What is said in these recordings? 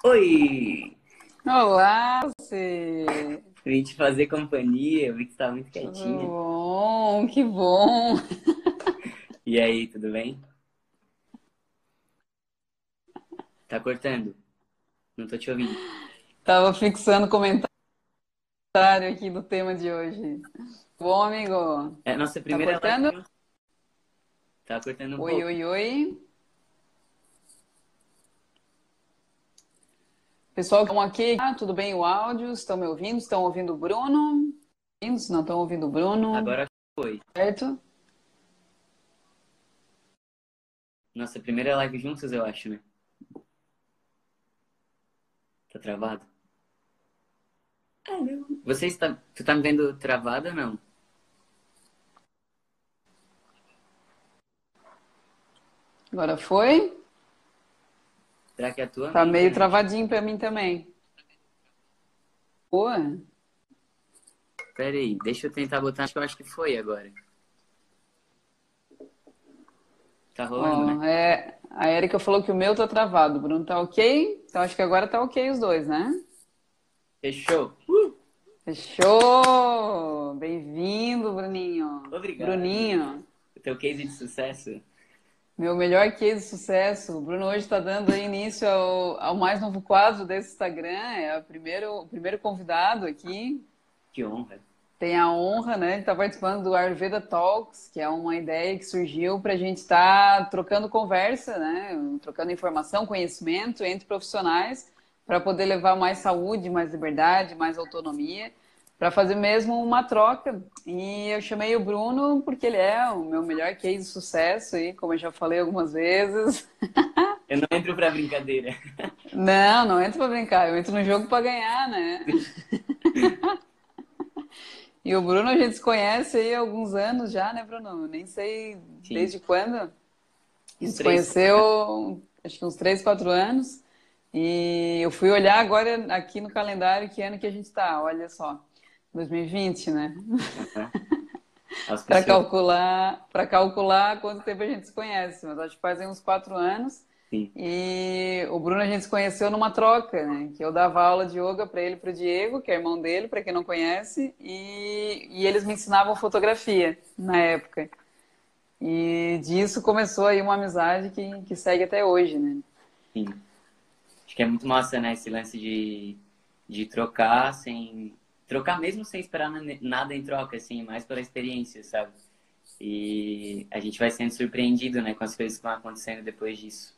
Oi! Olá, você! Vim te fazer companhia, eu vi que você tá muito Tudo quietinha. bom? Que bom! E aí, tudo bem? Tá cortando? Não tô te ouvindo. Tava fixando comentário aqui do tema de hoje. Bom, amigo? É a nossa Tá primeira live cortando? junto. Tá cortando um Oi, pouco. oi, oi. Pessoal que estão aqui, tudo bem o áudio? Estão me ouvindo? Estão ouvindo o Bruno? Se não estão ouvindo o Bruno, Agora foi. certo? Nossa primeira live juntos, eu acho, né? Tá travado? Ah, não. Tu tá me vendo travada ou não? Agora foi? Será que é a tua Tá minha meio internet? travadinho pra mim também. Boa. Pera aí, deixa eu tentar botar. Acho que eu acho que foi agora. Tá rolando, né? Ó, a Erika falou que o meu tá travado, o Bruno tá ok? Então acho que agora tá ok os dois, né? Fechou. Fechou! Bem-vindo, Bruninho. Obrigado. Bruninho, O teu case de sucesso. meu melhor case de sucesso. O Bruno hoje está dando aí início ao mais novo quadro desse Instagram. É o primeiro convidado aqui. Que honra. Tem a honra, né, de estar participando do Ayurveda Talks, que é uma ideia que surgiu para a gente estar trocando conversa, né, trocando informação, conhecimento entre profissionais para poder levar mais saúde, mais liberdade, mais autonomia, para fazer mesmo uma troca. E eu chamei o Bruno porque ele é o meu melhor case de sucesso, e como eu já falei algumas vezes. Eu não entro pra brincadeira. Não entro para brincar, eu entro no jogo para ganhar, né? E o Bruno a gente se conhece aí há alguns anos já, né, Bruno? Nem sei Sim. desde quando. A Uns gente se 3, 4 anos. conheceu, acho que uns 3, 4 anos. E eu fui olhar agora aqui no calendário que ano que a gente tá. Olha só, 2020, né? Aham. Para Auspiciou. calcular, para calcular quanto tempo a gente se conhece. Mas acho que fazem uns 4 anos. Sim. E o Bruno a gente se conheceu numa troca, né? Que eu dava aula de yoga para ele e para o Diego, que é irmão dele, para quem não conhece, e eles me ensinavam fotografia na época. E disso começou aí uma amizade que segue até hoje, né? Sim. Acho que é muito massa, né? Esse lance de trocar sem. Trocar mesmo sem esperar nada em troca, assim, mais pela experiência, sabe? E a gente vai sendo surpreendido, né, com as coisas que vão acontecendo depois disso.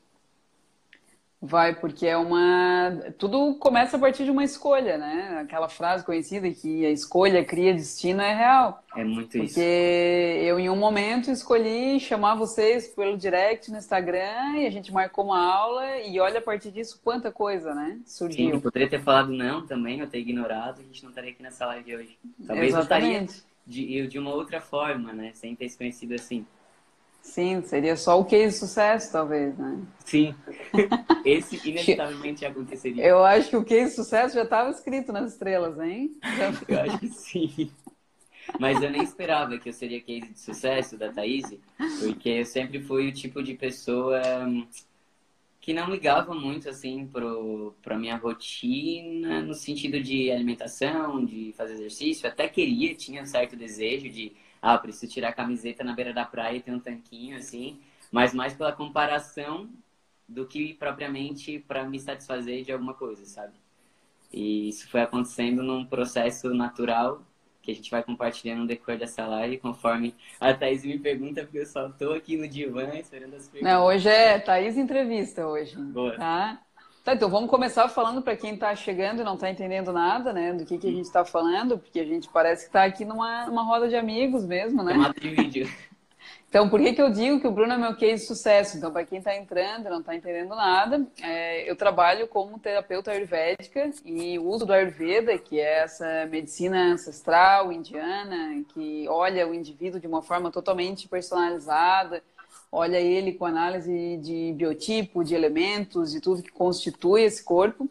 Vai, porque é uma. Tudo começa a partir de uma escolha, né? Aquela frase conhecida que a escolha cria destino é real. É muito Porque isso. eu, em um momento, escolhi chamar vocês pelo direct no Instagram e a gente marcou uma aula e olha a partir disso quanta coisa, né? Sim, eu Surgiu. poderia ter falado não também, eu ter ignorado, a gente não estaria aqui nessa live hoje. Talvez eu estaria Exatamente. de uma outra forma, né? Sem ter se conhecido assim. Sim, seria só o case de sucesso, talvez, né? Sim, esse inevitavelmente aconteceria. Eu acho que o case de sucesso já estava escrito nas estrelas, hein? Já... Eu acho que sim. Mas eu nem esperava que eu seria case de sucesso da Thaís, porque eu sempre fui o tipo de pessoa que não ligava muito, assim, pra minha rotina, no sentido de alimentação, de fazer exercício. Até queria, tinha um certo desejo de, preciso tirar a camiseta na beira da praia e ter um tanquinho, assim. Mas mais pela comparação do que propriamente para me satisfazer de alguma coisa, sabe? E isso foi acontecendo num processo natural que a gente vai compartilhando no decorrer dessa live, conforme a Thaís me pergunta, porque eu só tô aqui no divã esperando as Não, perguntas. hoje é Thaís Entrevista hoje, Boa. tá? Tá, então vamos começar falando para quem está chegando e não está entendendo nada, né, do que a gente está falando, porque a gente parece que está aqui numa roda de amigos mesmo, né? Chamada de vídeo. Então, por que que eu digo que o Bruno é meu case de sucesso? Então, para quem está entrando e não está entendendo nada, eu trabalho como terapeuta ayurvédica e uso do Ayurveda, que é essa medicina ancestral indiana, que olha o indivíduo de uma forma totalmente personalizada, olha ele com análise de biotipo, de elementos, de tudo que constitui esse corpo.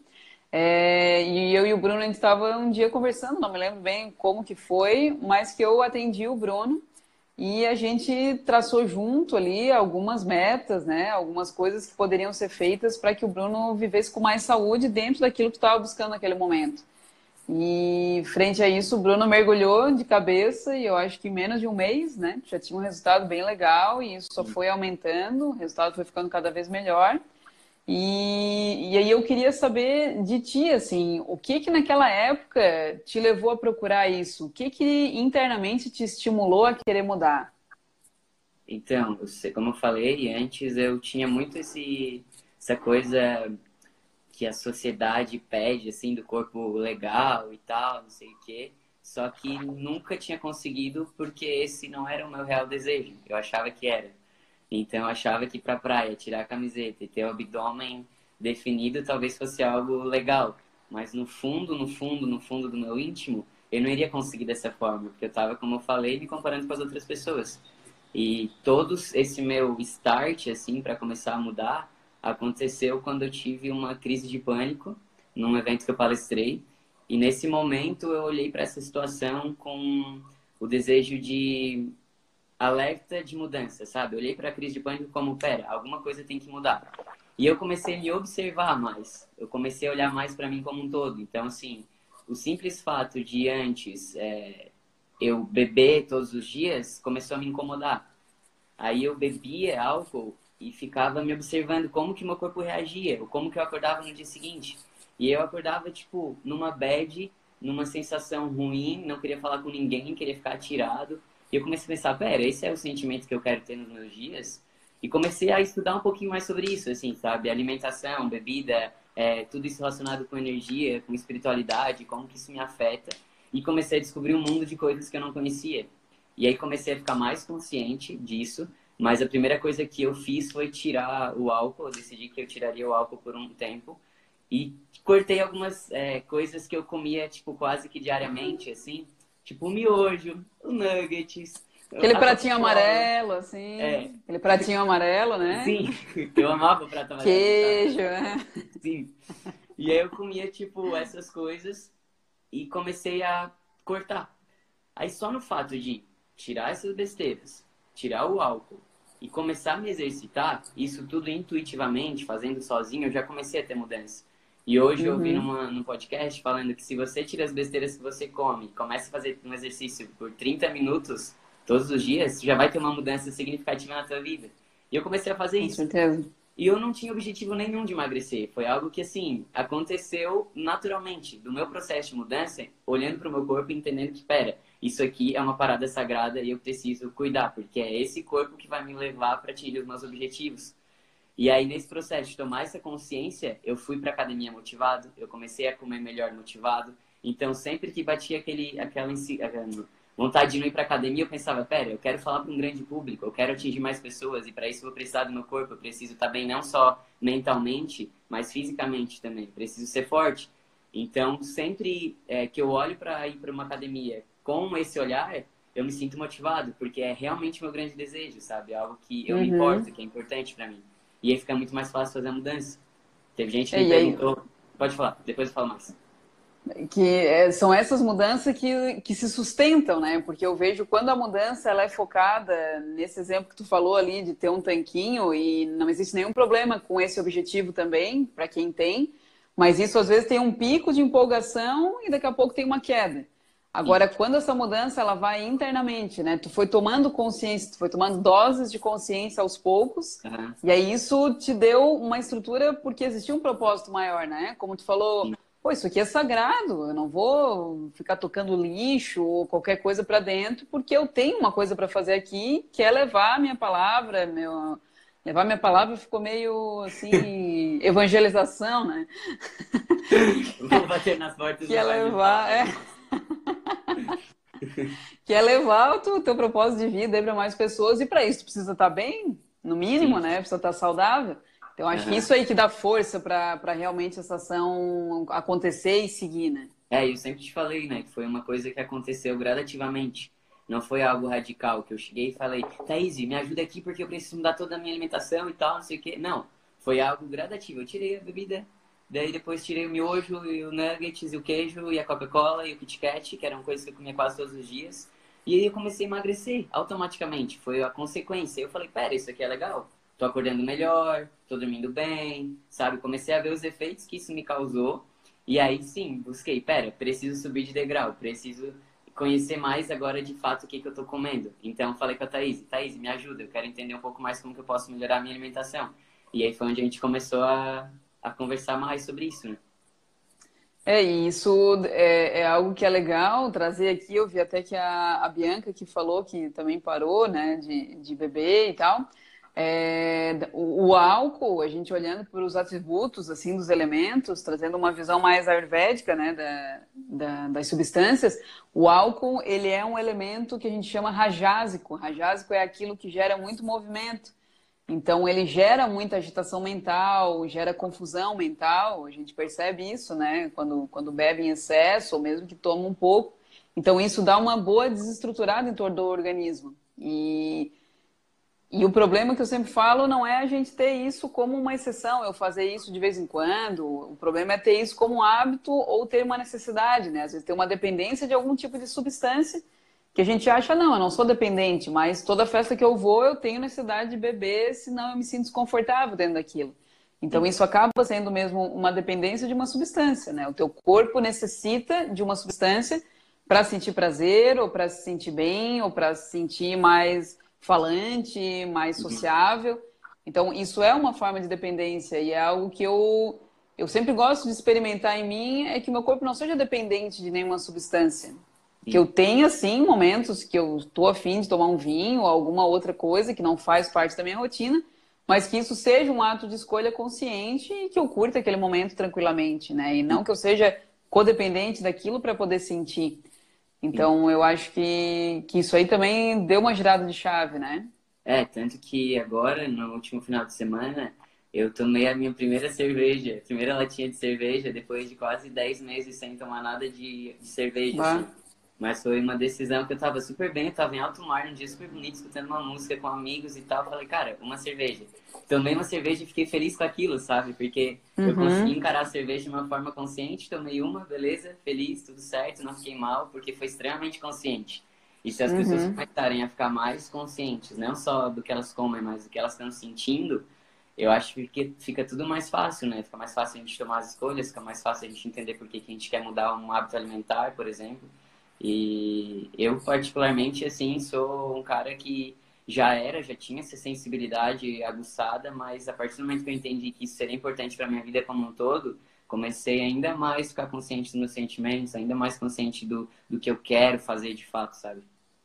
E eu e o Bruno, a gente estava um dia conversando, não me lembro bem como que foi, mas que eu atendi o Bruno e a gente traçou junto ali algumas metas, né? Algumas coisas que poderiam ser feitas para que o Bruno vivesse com mais saúde dentro daquilo que tu estava buscando naquele momento. E frente a isso, o Bruno mergulhou de cabeça e eu acho que em menos de um mês, né? Já tinha um resultado bem legal e isso só foi aumentando, o resultado foi ficando cada vez melhor. E aí eu queria saber de ti, assim, o que que naquela época te levou a procurar isso? O que que internamente te estimulou a querer mudar? Então, como eu falei antes, eu tinha muito essa coisa que a sociedade pede, assim, do corpo legal e tal, não sei o quê. Só que nunca tinha conseguido porque esse não era o meu real desejo. Eu achava que era. Então, eu achava que ir pra praia, tirar a camiseta e ter o abdômen definido talvez fosse algo legal. Mas no fundo, no fundo, no fundo do meu íntimo, eu não iria conseguir dessa forma. Porque eu tava, como eu falei, me comparando com as outras pessoas. E todos esse meu start, assim, para começar a mudar, aconteceu quando eu tive uma crise de pânico num evento que eu palestrei. E nesse momento eu olhei para essa situação com o desejo de alerta de mudança, sabe? Eu olhei para a crise de pânico como, pera, alguma coisa tem que mudar. E eu comecei a me observar mais. Eu comecei a olhar mais para mim como um todo. Então, assim, o simples fato de antes eu beber todos os dias começou a me incomodar. Aí eu bebia álcool e ficava me observando como que meu corpo reagia, ou como que eu acordava no dia seguinte. E eu acordava, tipo, numa bad, numa sensação ruim, não queria falar com ninguém, queria ficar tirado. E eu comecei a pensar, pera, esse é o sentimento que eu quero ter nos meus dias? E comecei a estudar um pouquinho mais sobre isso, assim, sabe? Alimentação, bebida, tudo isso relacionado com energia, com espiritualidade, como que isso me afeta. E comecei a descobrir um mundo de coisas que eu não conhecia. E aí comecei a ficar mais consciente disso, mas a primeira coisa que eu fiz foi tirar o álcool. Eu decidi que eu tiraria o álcool por um tempo e cortei algumas coisas que eu comia, tipo, quase que diariamente, assim, tipo o miojo, o nuggets, Aquele a pratinho Coca-Cola. amarelo, assim, É, aquele pratinho amarelo, né? sim, eu amava o prato amarelo, gostava. Queijo, né? Sim. E aí eu comia, tipo, essas coisas e comecei a cortar. Aí só no fato de tirar essas besteiras, tirar o álcool e começar a me exercitar, isso tudo intuitivamente, fazendo sozinho, eu já comecei a ter mudança. E hoje eu ouvi Uhum. num podcast falando que se você tira as besteiras que você come, começa a fazer um exercício por 30 minutos todos os dias, já vai ter uma mudança significativa na tua vida. E eu comecei a fazer Com isso. certeza. E eu não tinha objetivo nenhum de emagrecer. Foi algo que, assim, aconteceu naturalmente. Do meu processo de mudança, olhando para o meu corpo e entendendo que, pera, isso aqui é uma parada sagrada e eu preciso cuidar, porque é esse corpo que vai me levar para atingir os meus objetivos. E aí, nesse processo de tomar essa consciência, eu fui para academia motivado, eu comecei a comer melhor motivado. Então, sempre que batia aquela vontade de não ir para academia, eu pensava, pera, eu quero falar para um grande público, eu quero atingir mais pessoas e para isso eu vou precisar do meu corpo, eu preciso estar bem não só mentalmente, mas fisicamente também. Preciso ser forte. Então, sempre que eu olho para ir para uma academia com esse olhar, eu me sinto motivado, porque é realmente meu grande desejo, sabe? Algo que eu me Uhum. importo, que é importante para mim. E aí fica muito mais fácil fazer a mudança. Teve gente que me E aí, perguntou, pode falar, depois eu falo mais. são essas mudanças que se sustentam, né? Porque eu vejo quando a mudança ela é focada nesse exemplo que tu falou ali de ter um tanquinho e não existe nenhum problema com esse objetivo também, para quem tem, mas isso às vezes tem um pico de empolgação e daqui a pouco tem uma queda. Sim. Agora, quando essa mudança ela vai internamente, né? Tu foi tomando consciência, tu foi tomando doses de consciência aos poucos, Aham. e aí isso te deu uma estrutura porque existia um propósito maior, né? Como tu falou, Sim. pô, isso aqui é sagrado, eu não vou ficar tocando lixo ou qualquer coisa para dentro, porque eu tenho uma coisa para fazer aqui, que é levar a minha palavra, levar minha palavra ficou meio assim, evangelização, né? Vou bater nas portas Que e é levar minhas levar, palavras. que é levar o teu propósito de vida para mais pessoas, e para isso tu precisa estar bem, no mínimo, Sim. né? Precisa estar saudável. Então, acho que Aham. isso aí que dá força para realmente essa ação acontecer e seguir, né? Eu sempre te falei, né, que foi uma coisa que aconteceu gradativamente. Não foi algo radical, que eu cheguei e falei, Thaís, me ajuda aqui porque eu preciso mudar toda a minha alimentação e tal, não sei o quê. Não, foi algo gradativo. Eu tirei a bebida, daí depois tirei o miojo e o nuggets e o queijo e a Coca-Cola e o Kit Kat, que eram coisas que eu comia quase todos os dias. E aí eu comecei a emagrecer automaticamente. Foi a consequência. Eu falei, pera, isso aqui é legal. Tô acordando melhor, tô dormindo bem, sabe? Comecei a ver os efeitos que isso me causou. E aí sim, busquei, pera, preciso subir de degrau, preciso conhecer mais agora de fato o que que eu tô comendo. Então falei com a Thaís, Thaís, me ajuda, eu quero entender um pouco mais como que eu posso melhorar a minha alimentação. E aí foi onde a gente começou a conversar mais sobre isso, né? E isso é algo que é legal trazer aqui. Eu vi até que a Bianca que falou que também parou, né, de beber e tal. O álcool, a gente olhando para os atributos assim dos elementos, trazendo uma visão mais ayurvédica, né, das substâncias, o álcool ele é um elemento que a gente chama rajásico. Rajásico é aquilo que gera muito movimento. Então, ele gera muita agitação mental, gera confusão mental, a gente percebe isso, né? Quando bebe em excesso, ou mesmo que toma um pouco. Então, isso dá uma boa desestruturada em torno do organismo. E o problema que eu sempre falo não é a gente ter isso como uma exceção, eu fazer isso de vez em quando. O problema é ter isso como um hábito ou ter uma necessidade, né? Às vezes ter uma dependência de algum tipo de substância que a gente acha, não, eu não sou dependente, mas toda festa que eu vou eu tenho necessidade de beber, senão eu me sinto desconfortável dentro daquilo. Então Sim. isso acaba sendo mesmo uma dependência de uma substância, né? O teu corpo necessita de uma substância para sentir prazer, ou para se sentir bem, ou para se sentir mais falante, mais Uhum. sociável. Então, isso é uma forma de dependência e é algo que eu sempre gosto de experimentar em mim, é que meu corpo não seja dependente de nenhuma substância. Que eu Sim. tenha, sim, momentos que eu estou afim de tomar um vinho ou alguma outra coisa que não faz parte da minha rotina, mas que isso seja um ato de escolha consciente e que eu curta aquele momento tranquilamente, né? E não que eu seja codependente daquilo para poder sentir. Sim. Então, eu acho que isso aí também deu uma girada de chave, né? É, tanto que agora, no último final de semana, eu tomei a minha primeira cerveja, primeira latinha de cerveja, depois de quase 10 meses sem tomar nada de cerveja, Bah. assim. Mas foi uma decisão que eu tava super bem, eu tava em alto mar, num dia super bonito, escutando uma música com amigos e tal. Falei, cara, uma cerveja. Tomei uma cerveja e fiquei feliz com aquilo, sabe? Porque eu consegui Uhum, encarar a cerveja de uma forma consciente, tomei uma, beleza, feliz, tudo certo, não fiquei mal, porque foi extremamente consciente. E se as pessoas uhum. começarem a ficar mais conscientes, não só do que elas comem, mas do que elas estão sentindo, eu acho que fica tudo mais fácil, né? Fica mais fácil a gente tomar as escolhas, fica mais fácil a gente entender por que que a gente quer mudar um hábito alimentar, por exemplo. E eu, particularmente, assim, sou um cara que já tinha essa sensibilidade aguçada, mas a partir do momento que eu entendi que isso seria importante para minha vida como um todo, comecei ainda mais a ficar consciente dos meus sentimentos, ainda mais consciente do que eu quero fazer de fato, sabe?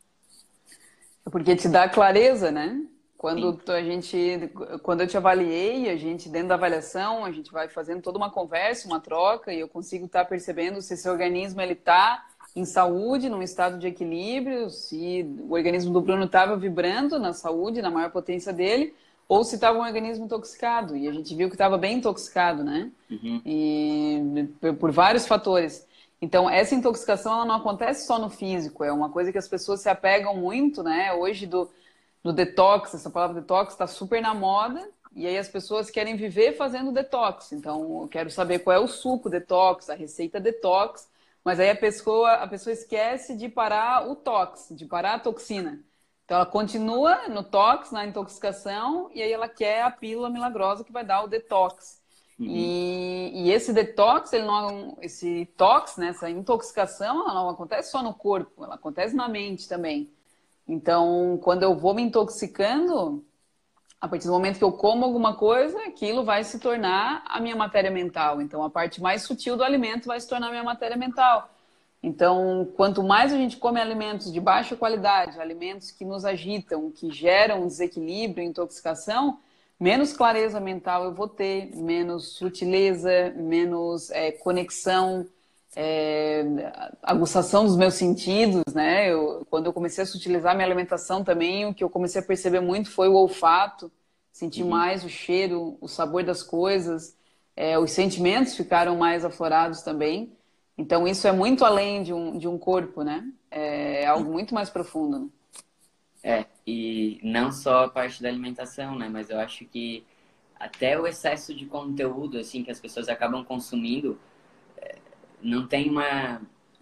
Porque te dá clareza, né? Sim. Quando eu te avaliei, a gente, dentro da avaliação, a gente vai fazendo toda uma conversa, uma troca, e eu consigo estar percebendo se esse organismo ele está em saúde, num estado de equilíbrio, se o organismo do Bruno estava vibrando na saúde, na maior potência dele, ou se estava um organismo intoxicado. E a gente viu que estava bem intoxicado, né? Uhum. E por vários fatores. Então, essa intoxicação ela não acontece só no físico, é uma coisa que as pessoas se apegam muito, né? Hoje do detox, essa palavra detox está super na moda, e aí as pessoas querem viver fazendo detox. Então, eu quero saber qual é o suco detox, a receita detox, mas aí a pessoa esquece de parar o tox, de parar a toxina. Então, ela continua no tox, na intoxicação, e aí ela quer a pílula milagrosa que vai dar o detox. Uhum. E esse detox, esse tox, né, essa intoxicação, ela não acontece só no corpo, ela acontece na mente também. Então, quando eu vou me intoxicando, a partir do momento que eu como alguma coisa, aquilo vai se tornar a minha matéria mental. Então, a parte mais sutil do alimento vai se tornar a minha matéria mental. Então, quanto mais a gente come alimentos de baixa qualidade, alimentos que nos agitam, que geram desequilíbrio, intoxicação, menos clareza mental eu vou ter, menos sutileza, menos conexão, é, aguçação dos meus sentidos, né? Quando eu comecei a sutilizar minha alimentação também, o que eu comecei a perceber muito foi o olfato, sentir Uhum. mais o cheiro, o sabor das coisas, os sentimentos ficaram mais aflorados também. Então, isso é muito além de um corpo, né? É algo muito mais profundo. É, e não só a parte da alimentação, né? Mas eu acho que até o excesso de conteúdo, assim, que as pessoas acabam consumindo, não tem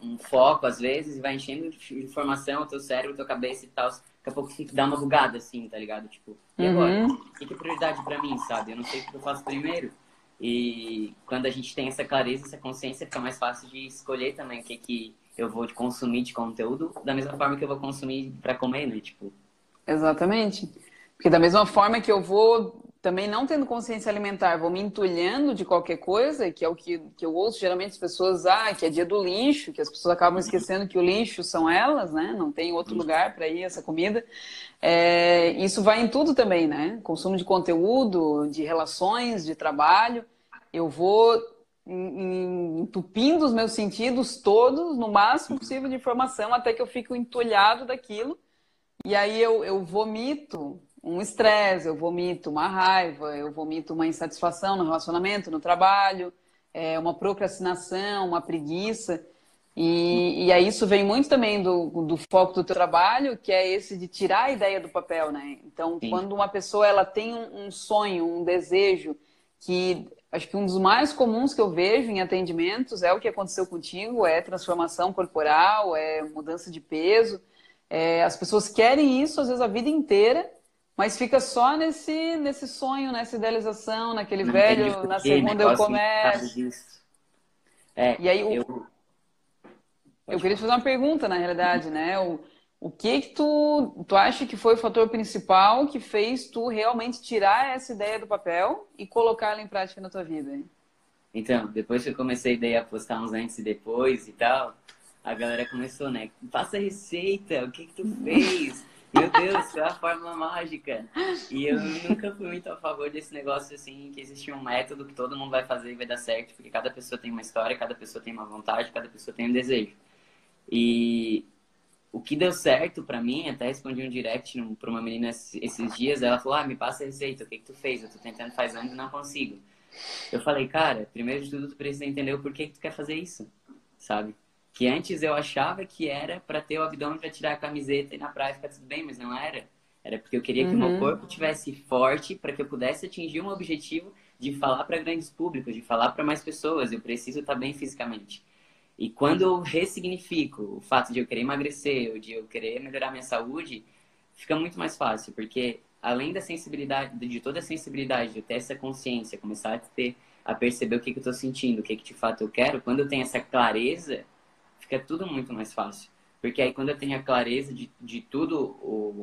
um foco, às vezes, e vai enchendo de informação o teu cérebro, tua cabeça e tal. Daqui a pouco fica, dá uma bugada, assim, tá ligado? Tipo, e agora? Uhum. O que é prioridade pra mim, sabe? Eu não sei o que eu faço primeiro. E quando a gente tem essa clareza, essa consciência, fica mais fácil de escolher também o que eu vou consumir de conteúdo, da mesma forma que eu vou consumir pra comer, né? Tipo, Exatamente. Porque da mesma forma que eu vou também não tendo consciência alimentar, vou me entulhando de qualquer coisa, que é o que eu ouço geralmente as pessoas, que é dia do lixo, que as pessoas acabam esquecendo que o lixo são elas, né? Não tem outro lugar para ir essa comida. Isso vai em tudo também, né? Consumo de conteúdo, de relações, de trabalho. Eu vou entupindo os meus sentidos todos, no máximo possível de informação, até que eu fico entulhado daquilo. E aí eu vomito um estresse, eu vomito uma raiva, eu vomito uma insatisfação no relacionamento, no trabalho, uma procrastinação, uma preguiça. E aí isso vem muito também do foco do teu trabalho, que é esse de tirar a ideia do papel, né? Então, sim. quando uma pessoa ela tem um sonho, um desejo, que acho que um dos mais comuns que eu vejo em atendimentos é o que aconteceu contigo, é transformação corporal, é mudança de peso. As pessoas querem isso, às vezes, a vida inteira, mas fica só nesse sonho, nessa idealização, naquele Não entende velho, por na quê, né? segunda Qual eu é o significado começo. disso? É, E aí, eu... eu Pode queria te falar. fazer uma pergunta, na realidade, né? O que tu acha que foi o fator principal que fez tu realmente tirar essa ideia do papel e colocá-la em prática na tua vida? Hein? Então, depois que eu comecei daí a postar uns antes e depois e tal, a galera começou, né? Passa a receita, o que que tu fez? Meu Deus, qual é a fórmula mágica? E eu nunca fui muito a favor desse negócio assim, que existe um método que todo mundo vai fazer e vai dar certo, porque cada pessoa tem uma história, cada pessoa tem uma vontade, cada pessoa tem um desejo. E o que deu certo pra mim, até respondi um direct pra uma menina esses dias, ela falou, me passa a receita, o que que tu fez? Eu tô tentando faz anos e não consigo. Eu falei, cara, primeiro de tudo tu precisa entender o porquê que tu quer fazer isso, sabe? Que antes eu achava que era pra ter o abdômen pra tirar a camiseta e na praia ficar tudo bem, mas não era. Era porque eu queria que o meu Uhum, corpo tivesse forte para que eu pudesse atingir um objetivo de falar para grandes públicos, de falar para mais pessoas. Eu preciso estar bem fisicamente. E quando eu ressignifico o fato de eu querer emagrecer ou de eu querer melhorar minha saúde, fica muito mais fácil, porque além da sensibilidade, de toda a sensibilidade, de eu ter essa consciência, começar a perceber o que, que eu estou sentindo, o que, que de fato eu quero, quando eu tenho essa clareza, fica tudo muito mais fácil. Porque aí quando eu tenho a clareza de tudo,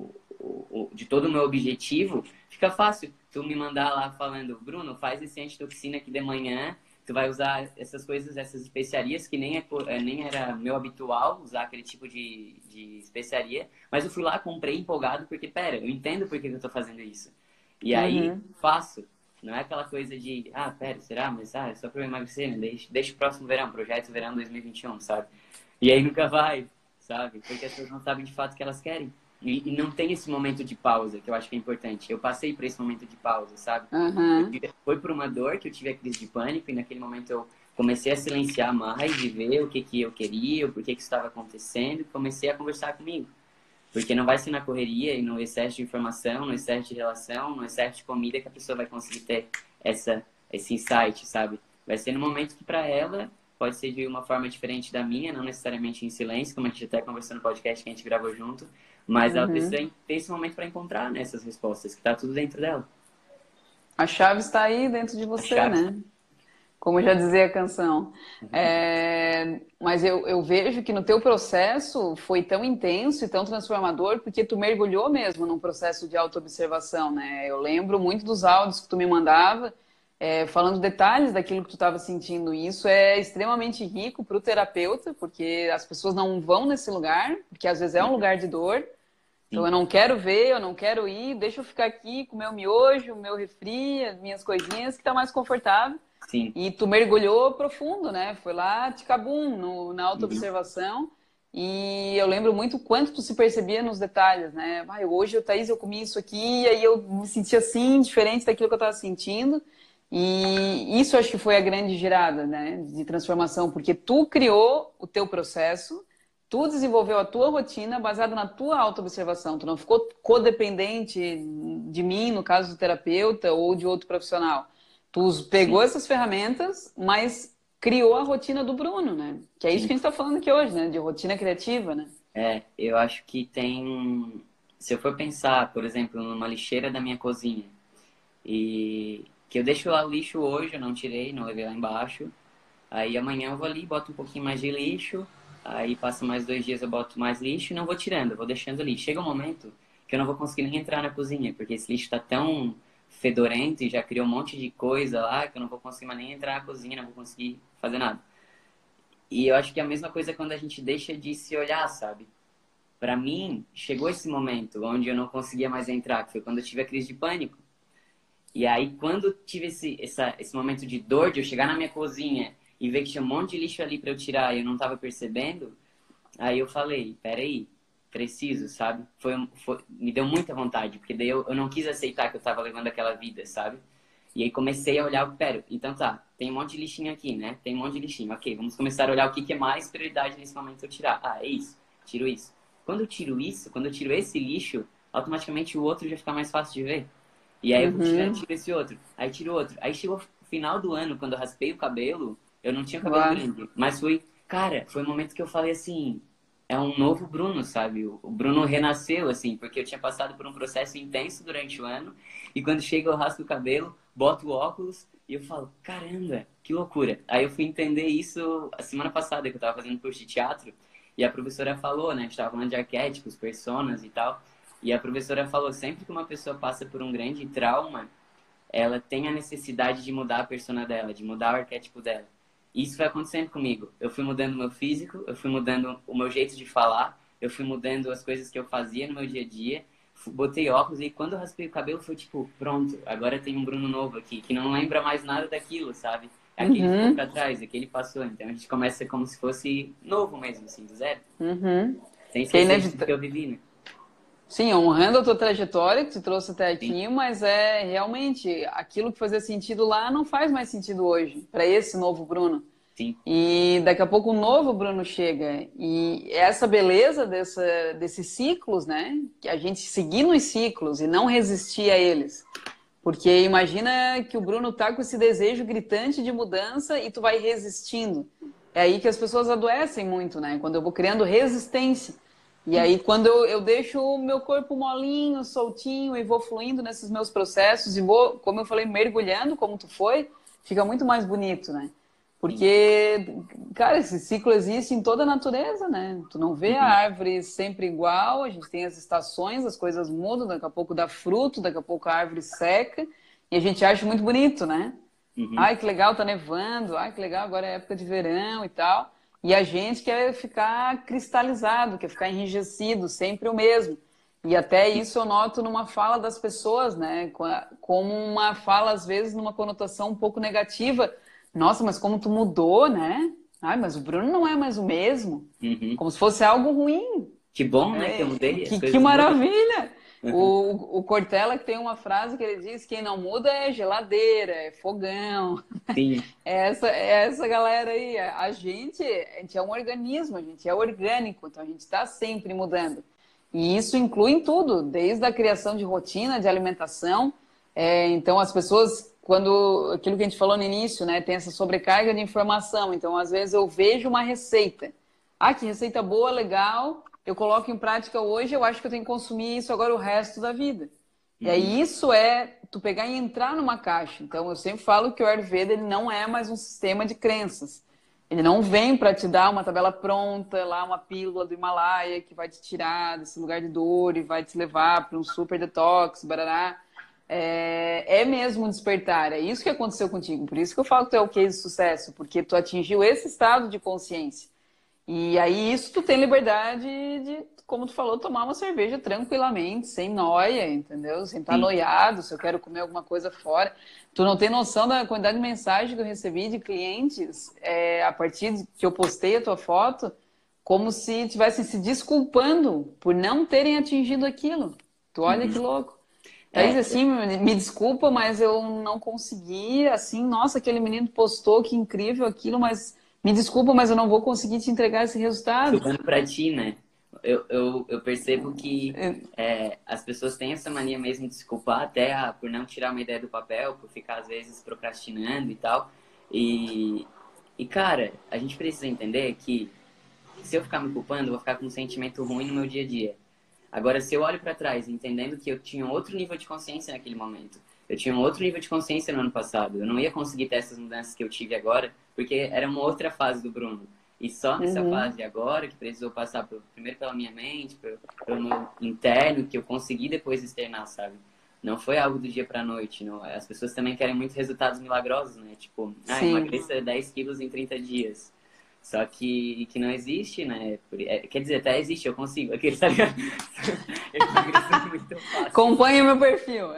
de todo o meu objetivo, fica fácil tu me mandar lá falando, Bruno, faz esse antitoxina aqui de manhã, tu vai usar essas coisas, essas especiarias, que nem era meu habitual usar aquele tipo de especiaria, mas eu fui lá, comprei empolgado, porque, pera, eu entendo por que eu tô fazendo isso. E aí, uhum. faço. Não é aquela coisa de, pera, será? Mas, é só pra eu emagrecer, né? Deixa o próximo verão, projeto verão 2021, sabe? E aí nunca vai, sabe? Porque as pessoas não sabem de fato o que elas querem. E não tem esse momento de pausa, que eu acho que é importante. Eu passei por esse momento de pausa, sabe? Uhum. Foi por uma dor que eu tive a crise de pânico e naquele momento eu comecei a silenciar mais e ver o que que eu queria, o porquê que estava acontecendo e comecei a conversar comigo. Porque não vai ser na correria e no excesso de informação, no excesso de relação, no excesso de comida que a pessoa vai conseguir ter esse insight, sabe? Vai ser no momento que para ela pode ser de uma forma diferente da minha, não necessariamente em silêncio, como a gente até conversou no podcast que a gente gravou junto, mas ela Uhum. precisa ter esse momento para encontrar, né, essas respostas, que tá tudo dentro dela. A chave está aí dentro de A você, chave. né? Como já dizia a canção. Mas eu vejo que no teu processo foi tão intenso e tão transformador porque tu mergulhou mesmo num processo de autoobservação, né? Eu lembro muito dos áudios que tu me mandava, falando detalhes daquilo que tu estava sentindo. E isso é extremamente rico para o terapeuta, porque as pessoas não vão nesse lugar, porque às vezes é um lugar de dor. Então Sim, eu não quero ver, eu não quero ir, deixa eu ficar aqui com o meu miojo, o meu refri, as minhas coisinhas que tá mais confortável. sim. E tu mergulhou profundo, né? Foi lá, ticabum, na Uhum. autoobservação. E eu lembro muito o quanto tu se percebia nos detalhes, né? Hoje, Thaís, eu comi isso aqui, e aí eu me senti assim, diferente daquilo que eu estava sentindo. E isso acho que foi a grande girada, né? De transformação, porque tu criou o teu processo, tu desenvolveu a tua rotina baseada na tua autoobservação. Tu não ficou codependente de mim, no caso do terapeuta, ou de outro profissional. Tu pegou Sim, essas ferramentas, mas criou a rotina do Bruno, né? Que é isso Sim. que a gente tá falando aqui hoje, né? De rotina criativa, né? Eu acho que tem. Se eu for pensar, por exemplo, numa lixeira da minha cozinha, e que eu deixo lá o lixo hoje, eu não tirei, não levei lá embaixo. Aí amanhã eu vou ali, boto um pouquinho mais de lixo, aí passa mais 2 dias eu boto mais lixo e não vou tirando, eu vou deixando ali. Chega um momento que eu não vou conseguir nem entrar na cozinha, porque esse lixo tá tão fedorento e já criou um monte de coisa lá que eu não vou conseguir mais nem entrar na cozinha, não vou conseguir fazer nada. E eu acho que é a mesma coisa quando a gente deixa de se olhar, sabe? Pra mim, chegou esse momento onde eu não conseguia mais entrar, que foi quando eu tive a crise de pânico. E aí, quando eu tive esse momento de dor, de eu chegar na minha cozinha e ver que tinha um monte de lixo ali pra eu tirar e eu não tava percebendo, aí eu falei, peraí, preciso, sabe? Me deu muita vontade, porque daí eu não quis aceitar que eu tava levando aquela vida, sabe? E aí comecei a olhar, pera, então tá, tem um monte de lixinho aqui, né? Tem um monte de lixinho, ok, vamos começar a olhar o que é mais prioridade nesse momento eu tirar. Ah, é isso, tiro isso. Quando eu tiro isso, quando eu tiro esse lixo, automaticamente o outro já fica mais fácil de ver. E aí eu vou tirando, Uhum. tiro esse outro. Aí tiro outro. Aí chegou o final do ano, quando eu raspei o cabelo, eu não tinha cabelo Uau. grande. Mas foi o momento que eu falei assim, é um novo Bruno, sabe? O Bruno renasceu, assim, porque eu tinha passado por um processo intenso durante o ano. E quando chega eu raspo o cabelo, boto o óculos e eu falo, caramba, que loucura. Aí eu fui entender isso a semana passada, que eu tava fazendo curso de teatro. E a professora falou, né? A gente tava falando de arquétipos, personas e tal. E a professora falou, sempre que uma pessoa passa por um grande trauma, ela tem a necessidade de mudar a persona dela, de mudar o arquétipo dela. E isso foi acontecendo comigo. Eu fui mudando o meu físico, eu fui mudando o meu jeito de falar, eu fui mudando as coisas que eu fazia no meu dia a dia, botei óculos e quando eu raspei o cabelo foi tipo, pronto, agora tem um Bruno novo aqui, que não lembra mais nada daquilo, sabe? Aquele ficou pra Uhum. trás, aquele passou. Então a gente começa como se fosse novo mesmo, assim, do zero. Uhum. Sem Que é esquecer de tudo que inevitável. eu vivi, né? Sim, honrando a tua trajetória que te trouxe até Sim, aqui, mas é realmente aquilo que fazia sentido lá não faz mais sentido hoje, para esse novo Bruno. sim. E daqui a pouco um novo Bruno chega. E essa beleza desses ciclos, né? Que a gente seguir nos ciclos e não resistir a eles. Porque imagina que o Bruno tá com esse desejo gritante de mudança e tu vai resistindo. É aí que as pessoas adoecem muito, né? Quando eu vou criando resistência. E aí, quando eu deixo o meu corpo molinho, soltinho e vou fluindo nesses meus processos e vou, como eu falei, mergulhando, como tu foi, fica muito mais bonito, né? Sim. Porque, cara, esse ciclo existe em toda a natureza, né? Tu não vê a Uhum. árvore sempre igual, a gente tem as estações, as coisas mudam, daqui a pouco dá fruto, daqui a pouco a árvore seca, e a gente acha muito bonito, né? Uhum. Ai, que legal, tá nevando, ai, que legal, agora é época de verão e tal. E a gente quer ficar cristalizado, quer ficar enrijecido, sempre o mesmo. E até isso eu noto numa fala das pessoas, né? Como uma fala, às vezes, numa conotação um pouco negativa. Nossa, mas como tu mudou, né? Ai, mas o Bruno não é mais o mesmo. Uhum. Como se fosse algo ruim. Que bom, né, que eu É, mudei, as que coisas mudam. maravilha! Uhum. O Cortella que tem uma frase que ele diz: quem não muda é geladeira, é fogão. Sim. É essa galera aí. A gente é um organismo, a gente é orgânico, então a gente está sempre mudando. E isso inclui em tudo, desde a criação de rotina, de alimentação. Então as pessoas, quando aquilo que a gente falou no início, né, tem essa sobrecarga de informação. Então às vezes eu vejo uma receita. Ah, que receita boa, legal. Eu coloco em prática hoje, eu acho que eu tenho que consumir isso agora o resto da vida. E Uhum. aí isso é tu pegar e entrar numa caixa. Então eu sempre falo que o Ayurveda ele não é mais um sistema de crenças. Ele não vem para te dar uma tabela pronta, lá uma pílula do Himalaia que vai te tirar desse lugar de dor e vai te levar para um super detox, barará. É mesmo um despertar. É isso que aconteceu contigo. Por isso que eu falo que tu é o case de sucesso, porque tu atingiu esse estado de consciência. E aí isso tu tem liberdade de, como tu falou, tomar uma cerveja tranquilamente, sem noia, entendeu? Sem estar Sim. noiado, se eu quero comer alguma coisa fora. Tu não tem noção da quantidade de mensagem que eu recebi de clientes a partir de que eu postei a tua foto, como se estivessem se desculpando por não terem atingido aquilo. Tu olha que Uhum. louco. Thaís, É, assim, me desculpa, mas eu não consegui, assim, nossa, aquele menino postou, que incrível aquilo, mas me desculpa, mas eu não vou conseguir te entregar esse resultado. jogando pra ti, né? Eu percebo que as pessoas têm essa mania mesmo de se culpar até por não tirar uma ideia do papel, por ficar às vezes procrastinando e tal. E E, cara, a gente precisa entender que se eu ficar me culpando, eu vou ficar com um sentimento ruim no meu dia a dia. Agora, se eu olho para trás, entendendo que eu tinha outro nível de consciência naquele momento, eu tinha um outro nível de consciência no ano passado, eu não ia conseguir ter essas mudanças que eu tive agora, porque era uma outra fase do Bruno. E só nessa fase agora, que precisou passar primeiro pela minha mente, pelo meu interno, que eu consegui depois externar, sabe? Não foi algo do dia pra noite. Não. As pessoas também querem muito resultados milagrosos, né? Tipo, emagreça 10 quilos em 30 dias. Só que não existe, né? Quer dizer, até existe, eu consigo. Aquele, tá ligado? Eu emagreço muito fácil. Acompanhe o meu perfil.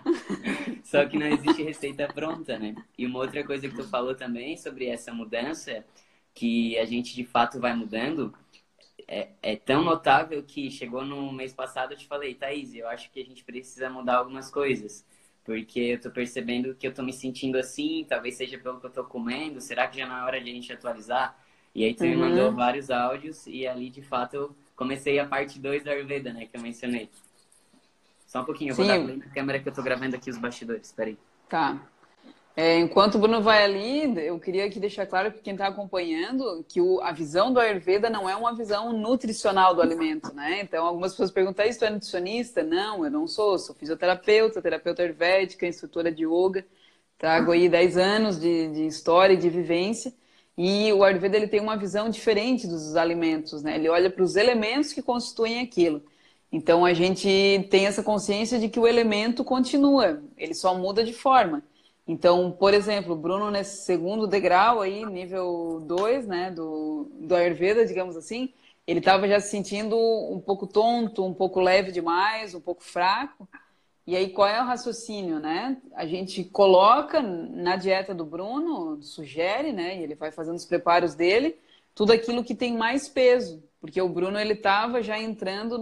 Só que não existe receita pronta, né? E uma outra coisa que tu falou também sobre essa mudança, que a gente de fato vai mudando, é tão notável que chegou no mês passado, eu te falei, Thaís, eu acho que a gente precisa mudar algumas coisas. Porque eu tô percebendo que eu tô me sentindo assim, talvez seja pelo que eu tô comendo, será que já não é hora de a gente atualizar? E aí tu me mandou vários áudios e ali, de fato, eu comecei a parte 2 da Ayurveda, né, que eu mencionei. Só um pouquinho, eu vou dar play na câmera que eu tô gravando aqui os bastidores, peraí. Tá. Enquanto o Bruno vai ali, eu queria aqui deixar claro para quem está acompanhando que a visão do Ayurveda não é uma visão nutricional do alimento, né? Então, algumas pessoas perguntam, tu é nutricionista? Não, eu não sou fisioterapeuta, terapeuta ayurvédica, instrutora de yoga, trago aí 10 anos de história e de vivência, e o Ayurveda ele tem uma visão diferente dos alimentos, né? Ele olha para os elementos que constituem aquilo. Então, a gente tem essa consciência de que o elemento continua, ele só muda de forma. Então, por exemplo, o Bruno nesse segundo degrau aí, nível 2, né, do Ayurveda, digamos assim, ele estava já se sentindo um pouco tonto, um pouco leve demais, um pouco fraco. E aí, qual é o raciocínio, né? A gente coloca na dieta do Bruno, sugere, né, e ele vai fazendo os preparos dele, tudo aquilo que tem mais peso, porque o Bruno ele estava já entrando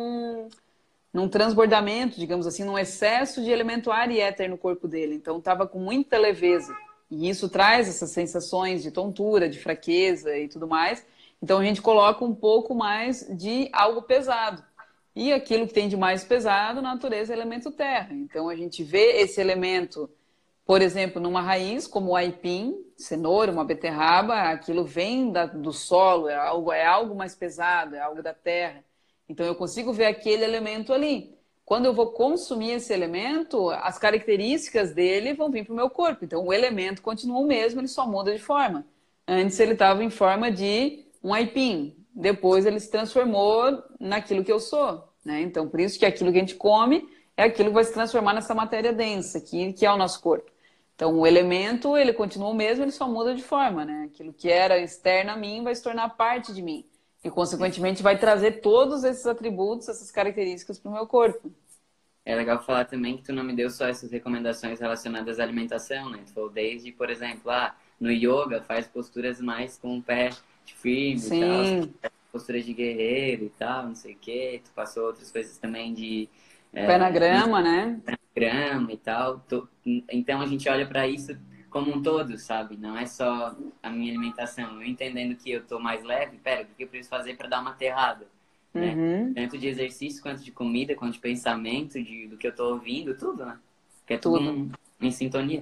num transbordamento, digamos assim, num excesso de elemento ar e éter no corpo dele. Então estava com muita leveza. E isso traz essas sensações de tontura, de fraqueza e tudo mais. Então a gente coloca um pouco mais de algo pesado. E aquilo que tem de mais pesado, na natureza, é elemento terra. Então a gente vê esse elemento, por exemplo, numa raiz como o aipim, cenoura, uma beterraba, aquilo vem do solo, é algo mais pesado, é algo da terra. Então, eu consigo ver aquele elemento ali. Quando eu vou consumir esse elemento, as características dele vão vir para o meu corpo. Então, o elemento continua o mesmo, ele só muda de forma. Antes, ele estava em forma de um aipim. Depois, ele se transformou naquilo que eu sou, né? Então, por isso que aquilo que a gente come é aquilo que vai se transformar nessa matéria densa, que é o nosso corpo. Então, o elemento, ele continua o mesmo, ele só muda de forma, né? Aquilo que era externo a mim vai se tornar parte de mim. E, consequentemente, vai trazer todos esses atributos, essas características para o meu corpo. É legal falar também que tu não me deu só essas recomendações relacionadas à alimentação, né? Tu falou desde, por exemplo, no yoga faz posturas mais com o pé firme e tal, posturas de guerreiro e tal, não sei o quê. Tu passou outras coisas também de... pé na grama, né? Pé na grama e tal. Então, a gente olha para isso como um todo, sabe? Não é só a minha alimentação. Eu entendendo que eu tô mais leve, pera, o que eu preciso fazer para dar uma aterrada? Né? Tanto de exercício, quanto de comida, quanto de pensamento, do que eu tô ouvindo, tudo, né? Porque é tudo em sintonia.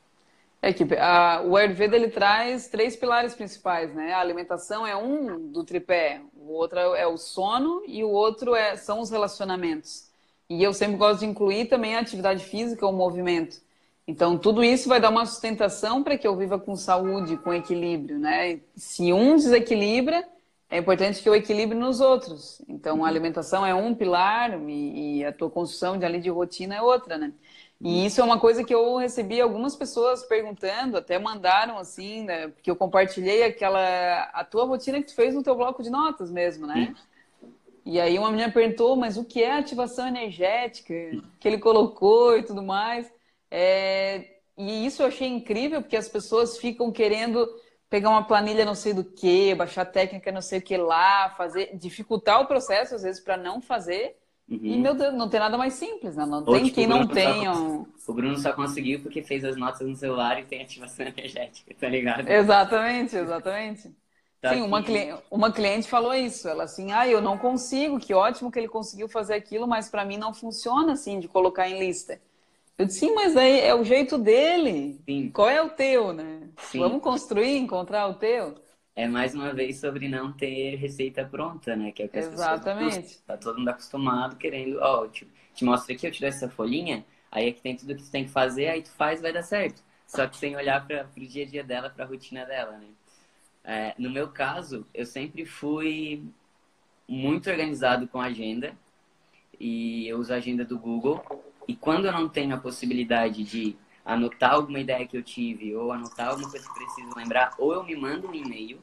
O Ayurveda ele traz 3 pilares principais, né? A alimentação é um do tripé, o outro é o sono e o outro são os relacionamentos. E eu sempre gosto de incluir também a atividade física, o movimento. Então, tudo isso vai dar uma sustentação para que eu viva com saúde, com equilíbrio, né? Se um desequilibra, é importante que eu equilibre nos outros. Então, a alimentação é um pilar e a tua construção de rotina é outra, né? E isso é uma coisa que eu recebi algumas pessoas perguntando, até mandaram assim, né? Porque eu compartilhei a tua rotina que tu fez no teu bloco de notas mesmo, né? E aí uma menina perguntou, mas o que é ativação energética que ele colocou e tudo mais? E isso eu achei incrível, porque as pessoas ficam querendo pegar uma planilha não sei do que, baixar técnica não sei o que lá, dificultar o processo, às vezes, para não fazer. E, meu Deus, não tem nada mais simples, né? Não tem quem não tenha. O Bruno só conseguiu porque fez as notas no celular e tem ativação energética, tá ligado? Exatamente, exatamente. Sim, uma cliente falou isso. Ela assim, eu não consigo, que ótimo que ele conseguiu fazer aquilo, mas para mim não funciona assim, de colocar em lista. Eu disse, sim, mas aí é o jeito dele. Sim, Qual é o teu, né? sim. Vamos construir, encontrar o teu? É mais uma vez sobre não ter receita pronta, né? Que é o que as pessoas não buscam. Exatamente. Tá todo mundo acostumado querendo, ó, te mostro aqui, eu te dou essa folhinha, aí aqui tem tudo que tu tem que fazer, aí tu faz, vai dar certo. Só que sem olhar para pro dia a dia dela, pra rotina dela, né? É, no meu caso, eu sempre fui muito organizado com a agenda e eu uso a agenda do Google. E quando eu não tenho a possibilidade de anotar alguma ideia que eu tive ou anotar alguma coisa que eu preciso lembrar, ou eu me mando um e-mail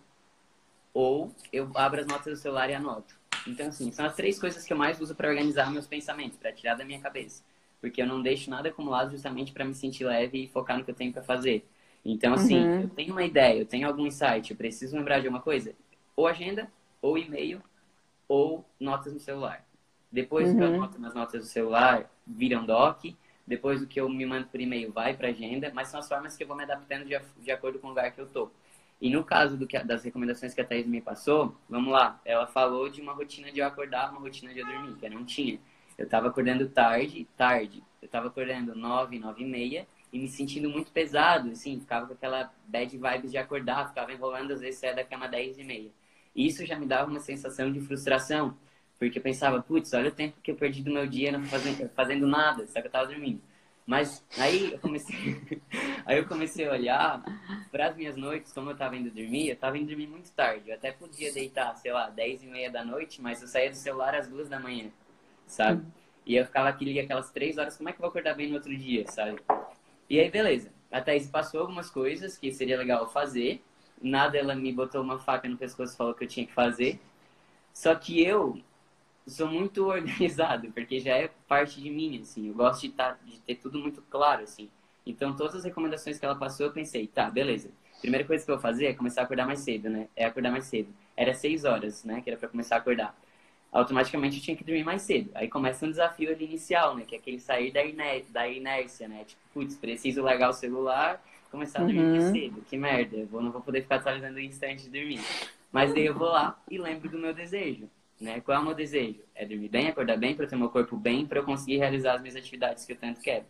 ou eu abro as notas do celular e anoto. Então, assim, são as três coisas que eu mais uso para organizar meus pensamentos, para tirar da minha cabeça. Porque eu não deixo nada acumulado justamente para me sentir leve e focar no que eu tenho para fazer. Então, assim, eu Uhum, tenho uma ideia, eu tenho algum insight, eu preciso lembrar de uma coisa, ou agenda, ou e-mail, ou notas no celular. Depois do que eu uhum. anoto nas notas do celular, viram doc. Depois do que eu me mando por e-mail, vai para agenda. Mas são as formas que eu vou me adaptando de acordo com o lugar que eu tô. E no caso das recomendações que a Thaís me passou, vamos lá. Ela falou de uma rotina de eu acordar, uma rotina de eu dormir, que eu não tinha. Eu estava acordando tarde. Eu estava acordando 9, 9h30 e me sentindo muito pesado, assim, ficava com aquela bad vibes de acordar, ficava enrolando, às vezes saia da cama 10h30. E isso já me dava uma sensação de frustração, porque eu pensava, putz, olha o tempo que eu perdi do meu dia não fazendo nada, só que eu tava dormindo. Mas aí eu comecei, aí eu comecei a olhar para as minhas noites, como eu tava indo dormir muito tarde. Eu até podia deitar, sei lá, 10h30 da noite, mas eu saía do celular às 2h da manhã, sabe? E eu ficava aqui aquelas 3 horas, como é que eu vou acordar bem no outro dia, sabe? E aí, beleza. A Thaís passou algumas coisas que seria legal fazer. Nada, ela me botou uma faca no pescoço e falou que eu tinha que fazer. Só que eu sou muito organizado, porque já é parte de mim, assim. Eu gosto de ter tudo muito claro, assim. Então, todas as recomendações que ela passou, eu pensei, tá, beleza. Primeira coisa que eu vou fazer é começar a acordar mais cedo, né? É acordar mais cedo. Era 6 horas, né? Que era pra começar a acordar. Automaticamente eu tinha que dormir mais cedo. Aí começa um desafio ali inicial, né? Que é aquele sair da inércia, né? Tipo, putz, preciso largar o celular, começar a dormir mais Uhum. cedo. Que merda, não vou poder ficar atualizando isso antes de dormir. Mas daí eu vou lá e lembro do meu desejo, né? Qual é o meu desejo? É dormir bem, acordar bem, para ter meu corpo bem, para eu conseguir realizar as minhas atividades que eu tanto quero.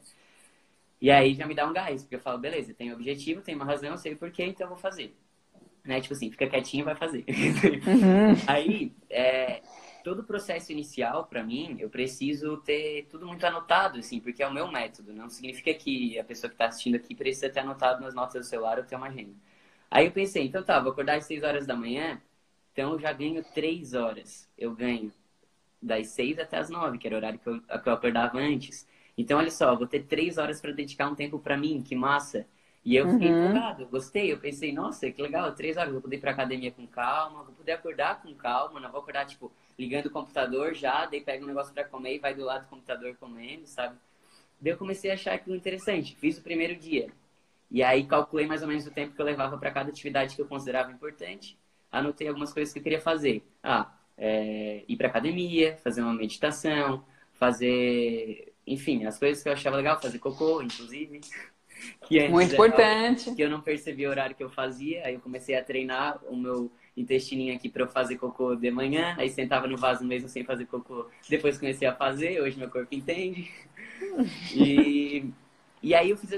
E aí já me dá um gás, porque eu falo, beleza, tem um objetivo, tem uma razão, eu sei o porquê, então eu vou fazer. Né? Tipo assim, fica quietinho, vai fazer. Uhum. Aí, todo o processo inicial, para mim, eu preciso ter tudo muito anotado, assim, porque é o meu método. Não significa que a pessoa que está assistindo aqui precisa ter anotado nas notas do celular ou ter uma agenda. Aí eu pensei, então tá, vou acordar às 6 horas da manhã, então eu já ganho 3 horas. Eu ganho das 6 até as 9, que era o horário que eu acordava antes. Então, olha só, eu vou ter 3 horas para dedicar um tempo para mim, que massa. E eu fiquei Uhum. empolgado, gostei. Eu pensei, nossa, que legal, 3 horas, vou poder ir pra academia com calma, vou poder acordar com calma, não vou acordar, tipo, ligando o computador já, daí pega um negócio para comer e vai do lado do computador comendo, sabe? Daí eu comecei a achar aquilo interessante. Fiz o primeiro dia. E aí calculei mais ou menos o tempo que eu levava para cada atividade que eu considerava importante. Anotei algumas coisas que eu queria fazer. Ir para academia, fazer uma meditação, fazer, enfim, as coisas que eu achava legal, fazer cocô, inclusive, que antes Muito era algo importante. que eu não percebia o horário que eu fazia. Aí eu comecei a treinar o meu intestininho aqui para eu fazer cocô de manhã, aí sentava no vaso mesmo sem fazer cocô. Depois comecei a fazer, hoje meu corpo entende. E, e aí eu fiz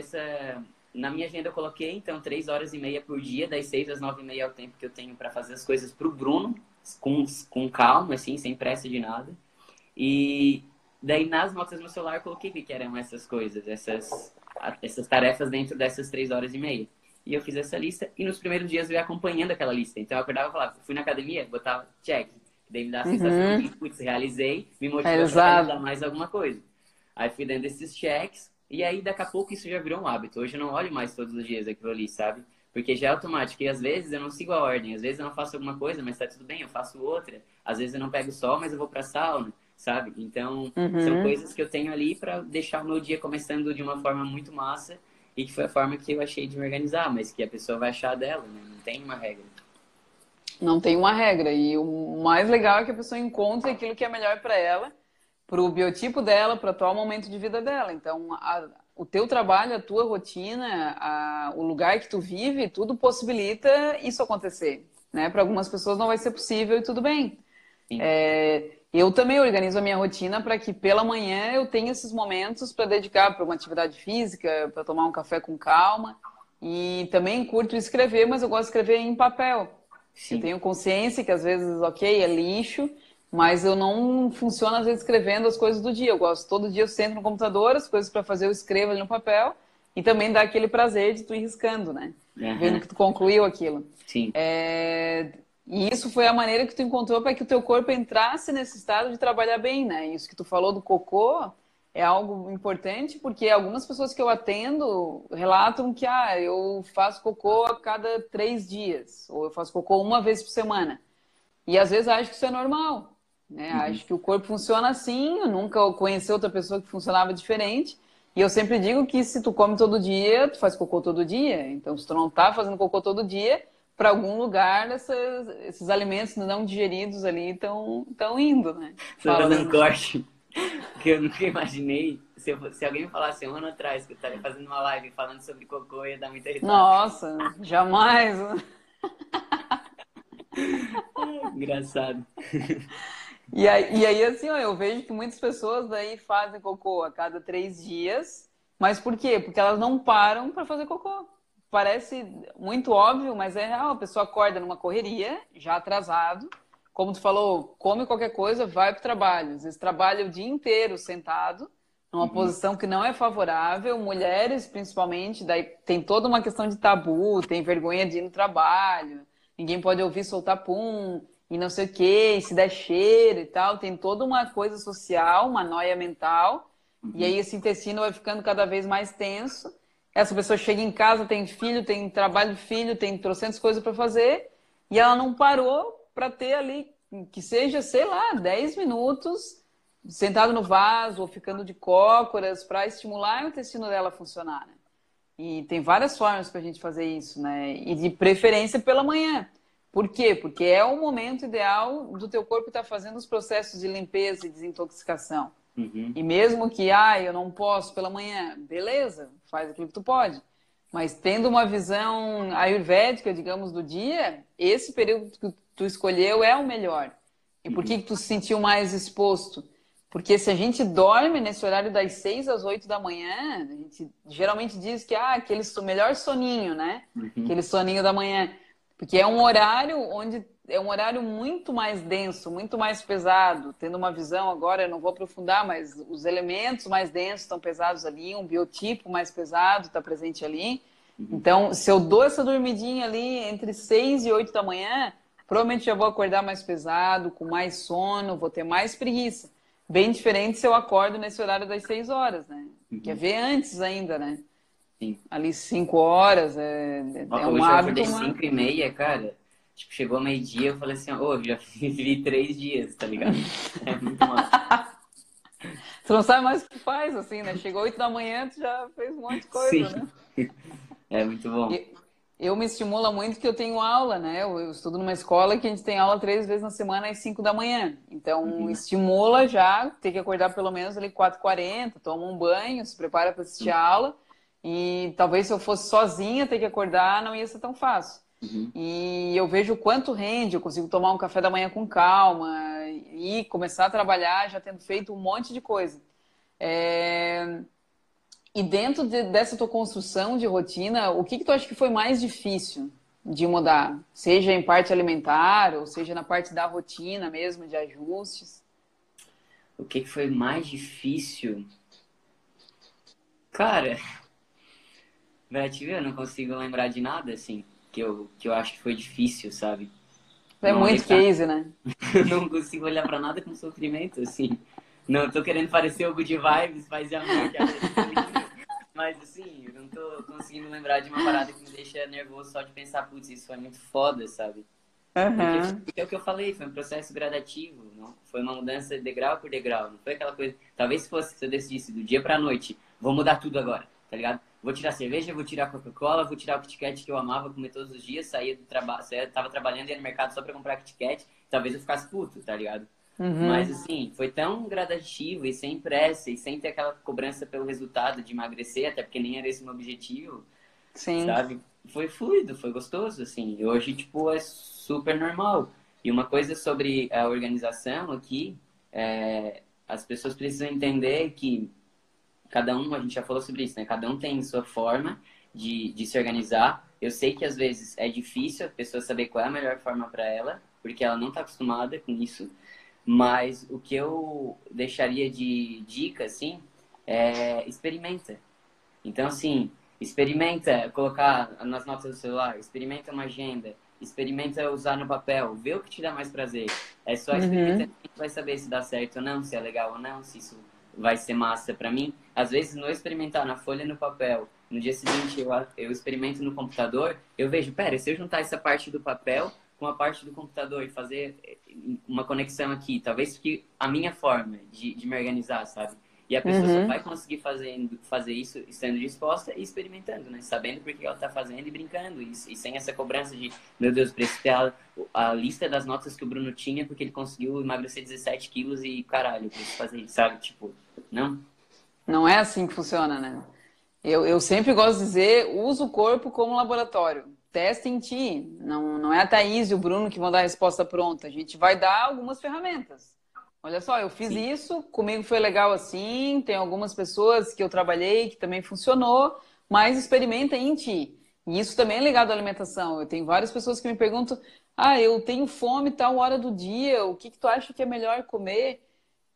na minha agenda eu coloquei, então, 3 horas e meia por dia, das 6 às 9h30 é o tempo que eu tenho para fazer as coisas pro Bruno, com calma, assim, sem pressa de nada. E daí nas notas no celular eu coloquei o que eram essas coisas, essas tarefas dentro dessas 3 horas e meia. E eu fiz essa lista e nos primeiros dias eu ia acompanhando aquela lista. Então eu acordava e falava, fui na academia, botava check. Daí me dá a sensação Uhum. de, putz, realizei, me motiva para realizar Realizado. mais alguma coisa. Aí fui dando esses checks e aí daqui a pouco isso já virou um hábito. Hoje eu não olho mais todos os dias aquilo ali, sabe? Porque já é automático. E às vezes eu não sigo a ordem. Às vezes eu não faço alguma coisa, mas tá tudo bem, eu faço outra. Às vezes eu não pego sol, mas eu vou pra sauna, sabe? Então, são Uhum. coisas que eu tenho ali para deixar o meu dia começando de uma forma muito massa e que foi a forma que eu achei de me organizar, mas que a pessoa vai achar dela, né? Não tem uma regra. Não tem uma regra. E o mais legal é que a pessoa encontre aquilo que é melhor para ela, para o biotipo dela, para o atual momento de vida dela. Então, o teu trabalho, a tua rotina, o lugar que tu vive, tudo possibilita isso acontecer, né? Para algumas pessoas não vai ser possível e tudo bem. Sim. É, Eu também organizo a minha rotina para que pela manhã eu tenha esses momentos para dedicar para uma atividade física, para tomar um café com calma. E também curto escrever, mas eu gosto de escrever em papel. Eu Sim. tenho consciência que às vezes, ok, é lixo, mas eu não funciono às vezes escrevendo as coisas do dia. Eu gosto, todo dia eu sento no computador, as coisas para fazer eu escrevo ali no papel e também dá aquele prazer de tu ir riscando, né? Vendo Aham. que tu concluiu aquilo. Sim. É, e isso foi a maneira que tu encontrou para que o teu corpo entrasse nesse estado de trabalhar bem, né? Isso que tu falou do cocô é algo importante, porque algumas pessoas que eu atendo relatam que eu faço cocô a cada 3 dias, ou eu faço cocô uma vez por semana. E às vezes acho que isso é normal, né? Uhum. Acho que o corpo funciona assim, eu nunca conheci outra pessoa que funcionava diferente. E eu sempre digo que se tu come todo dia, tu faz cocô todo dia. Então, se tu não tá fazendo cocô todo dia, para algum lugar esses alimentos não digeridos ali estão indo, né? Tô Fala, fazendo Bruno. corte, que eu nunca imaginei. Se alguém me falasse um ano atrás que eu estaria fazendo uma live falando sobre cocô, ia dar muita risada. Nossa, jamais. Engraçado. E aí, assim, ó, eu vejo que muitas pessoas daí fazem cocô a cada 3 dias. Mas por quê? Porque elas não param para fazer cocô. Parece muito óbvio, mas é real. A pessoa acorda numa correria, já atrasado. Como tu falou, come qualquer coisa, vai para o trabalho. Às vezes trabalha o dia inteiro sentado, numa Uhum. posição que não é favorável. Mulheres, principalmente, daí tem toda uma questão de tabu, tem vergonha de ir no trabalho. Ninguém pode ouvir soltar pum e não sei o quê, e se der cheiro e tal. Tem toda uma coisa social, uma noia mental. E Uhum. aí esse intestino vai ficando cada vez mais tenso. Essa pessoa chega em casa, tem filho, tem trabalho de filho, tem trocentas coisas para fazer, e ela não parou para ter ali, que seja, sei lá, 10 minutos sentado no vaso ou ficando de cócoras para estimular o intestino dela a funcionar, né? E tem várias formas para a gente fazer isso, né? E de preferência pela manhã. Por quê? Porque é o momento ideal do teu corpo estar fazendo os processos de limpeza e desintoxicação. Uhum. E mesmo que, eu não posso pela manhã, beleza, faz aquilo que tu pode. Mas tendo uma visão ayurvédica, digamos, do dia, esse período que tu escolheu é o melhor. E por Uhum. que que tu se sentiu mais exposto? Porque se a gente dorme nesse horário das 6 às 8 da manhã, a gente geralmente diz que o melhor soninho, né? Uhum. Aquele soninho da manhã. Porque é um horário onde é um horário muito mais denso, muito mais pesado. Tendo uma visão agora, eu não vou aprofundar, mas os elementos mais densos estão pesados ali, um biotipo mais pesado está presente ali. Uhum. Então, se eu dou essa dormidinha ali entre 6 e 8 da manhã, provavelmente já vou acordar mais pesado, com mais sono, vou ter mais preguiça. Bem diferente se eu acordo nesse horário das 6 horas, né? Quer Uhum. ver antes ainda, né? Sim. Ali 5 horas, é um Hoje eu hábito, acordei mas 5h30, cara. Tipo, chegou meio-dia, eu falei assim, ô, já vivi 3 dias, tá ligado? É muito massa. você não sabe mais o que faz, assim, né? Chegou 8 da manhã, tu já fez um monte de coisa, Sim. né? É muito bom. E eu me estimula muito que eu tenho aula, né? Eu estudo numa escola que a gente tem aula 3 vezes na semana às 5 da manhã. Então, Uhum. estimula já, ter que acordar pelo menos ali 4h40, toma um banho, se prepara para assistir a aula. E talvez se eu fosse sozinha, ter que acordar não ia ser tão fácil. Uhum. E eu vejo o quanto rende, eu consigo tomar um café da manhã com calma e começar a trabalhar já tendo feito um monte de coisa. É, E dentro dessa tua construção de rotina, o que que tu acha que foi mais difícil de mudar? Seja em parte alimentar, ou seja na parte da rotina mesmo, de ajustes? O que que foi mais difícil? Cara, Beto, eu não consigo lembrar de nada, assim, que eu acho que foi difícil, sabe? É Não olhei muito pra... case, né? Não consigo olhar pra nada com sofrimento, assim. Não, tô querendo parecer o Good Vibes, paz e amor, que acha isso lindo. Mas, assim, eu não tô conseguindo lembrar de uma parada que me deixa nervoso só de pensar, putz, isso foi muito foda, sabe? Porque Aham. é o que eu falei, foi um processo gradativo, não foi uma mudança degrau por degrau, não foi aquela coisa. Talvez se eu decidisse do dia pra noite, vou mudar tudo agora, tá ligado? Vou tirar cerveja, vou tirar Coca-Cola, vou tirar o Kit Kat que eu amava comer todos os dias, saía do trabalho, tava trabalhando e ia no mercado só pra comprar Kit Kat, talvez eu ficasse puto, tá ligado? Mas Uhum. assim, foi tão gradativo e sem pressa e sem ter aquela cobrança pelo resultado de emagrecer, até porque nem era esse o meu objetivo, Sim. sabe? Foi fluido, foi gostoso, assim. E hoje, tipo, é super normal. E uma coisa sobre a organização aqui, as pessoas precisam entender que cada um, a gente já falou sobre isso, né? Cada um tem sua forma de se organizar. Eu sei que às vezes é difícil a pessoa saber qual é a melhor forma para ela, porque ela não está acostumada com isso. Mas o que eu deixaria de dica, assim, é experimenta. Então, assim, experimenta colocar nas notas do celular, experimenta uma agenda, experimenta usar no papel, vê o que te dá mais prazer. É só experimentar que vai saber se dá certo ou não, se é legal ou não, se isso vai ser massa pra mim. Às vezes, no experimentar na folha e no papel, no dia seguinte eu experimento no computador, eu vejo, pera, se eu juntar essa parte do papel com a parte do computador e fazer uma conexão aqui, talvez fique a minha forma de me organizar, sabe? E a pessoa só vai conseguir fazer isso estando disposta e experimentando, né? Sabendo por que ela está fazendo e brincando. E sem essa cobrança de, meu Deus, preciso ter a lista das notas que o Bruno tinha porque ele conseguiu emagrecer 17 quilos e, caralho, eu preciso fazer isso, sabe? Tipo, não? Não é assim que funciona, né? Eu sempre gosto de dizer, usa o corpo como laboratório. Testa em ti. Não é a Thaís e o Bruno que vão dar a resposta pronta. A gente vai dar algumas ferramentas. Olha só, eu fiz Sim. isso, comigo foi legal assim, tem algumas pessoas que eu trabalhei que também funcionou, mas experimenta em ti. E isso também é ligado à alimentação. Eu tenho várias pessoas que me perguntam, eu tenho fome tal hora do dia, o que tu acha que é melhor comer?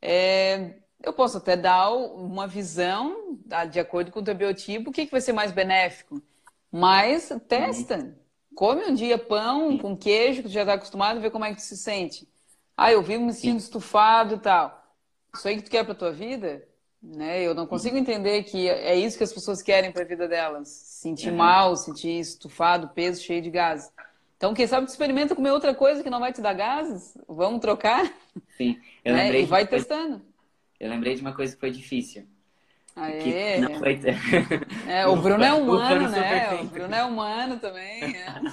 Eu posso até dar uma visão, de acordo com o teu biotipo, o que vai ser mais benéfico. Mas Uhum. testa. Come um dia pão Sim. com queijo, que tu já está acostumado, vê como é que tu se sente. Eu vivo me sentindo Sim. estufado e tal. Isso aí que tu quer pra tua vida? Né? Eu não consigo Uhum. entender que é isso que as pessoas querem para a vida delas. Se sentir Uhum. mal, sentir estufado, peso, cheio de gases. Então, quem sabe tu experimenta comer outra coisa que não vai te dar gases? Vamos trocar, Sim. né? E vai testando. Eu lembrei de uma coisa que foi difícil. Que não Aê! foi. O Bruno é Ufa, humano, não sou né? O perfeito. Bruno é humano também.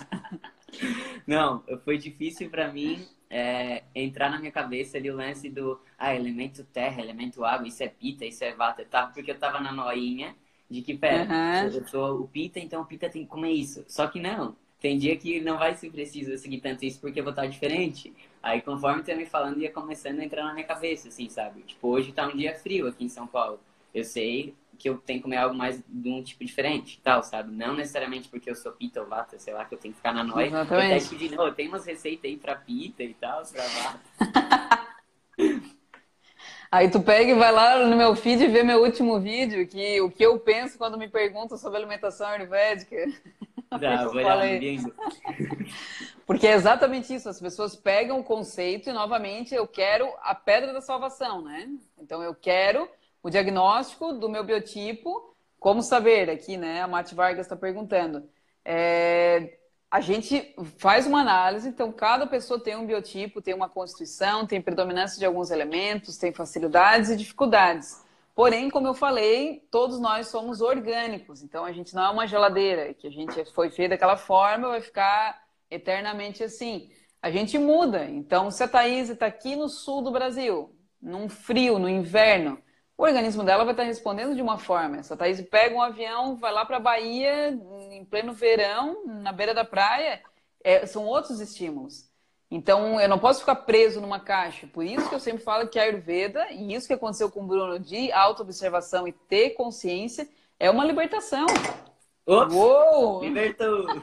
Não, foi difícil pra mim entrar na minha cabeça ali o lance do elemento terra, elemento água, isso é pita, isso é vata, tá? Porque eu tava na noinha de que, pera, Aham. eu sou o pita, então o pita tem que comer isso. Só que não, tem dia que não vai ser preciso eu seguir tanto isso porque eu vou estar diferente. Aí conforme tu ia me falando, ia começando a entrar na minha cabeça, assim, sabe? Tipo, hoje tá um dia frio aqui em São Paulo. Eu sei que eu tenho que comer algo mais de um tipo diferente, tal, sabe? Não necessariamente porque eu sou pita ou vata, sei lá, que eu tenho que ficar na noia. Eu até te Exatamente. pedi, tem umas receitas aí pra pita e tal, pra vata. Aí tu pega e vai lá no meu feed e vê meu último vídeo, que o que eu penso quando me perguntam sobre alimentação ayurvédica. O que Tá, que eu vou olhar, falei? lindo. Porque é exatamente isso, as pessoas pegam o conceito e, novamente, eu quero a pedra da salvação, né? Então, eu quero o diagnóstico do meu biotipo, como saber aqui, né? A Mati Vargas está perguntando. A gente faz uma análise, então, cada pessoa tem um biotipo, tem uma constituição, tem predominância de alguns elementos, tem facilidades e dificuldades. Porém, como eu falei, todos nós somos orgânicos, então a gente não é uma geladeira, que a gente foi feito daquela forma, vai ficar eternamente assim. A gente muda. Então, se a Thaís está aqui no sul do Brasil, num frio, no inverno, o organismo dela vai estar respondendo de uma forma. Se a Thaís pega um avião, vai lá para a Bahia, em pleno verão, na beira da praia, são outros estímulos. Então, eu não posso ficar preso numa caixa. Por isso que eu sempre falo que a Ayurveda, e isso que aconteceu com o Bruno, de autoobservação e ter consciência, é uma libertação. Ops, Uou! libertou.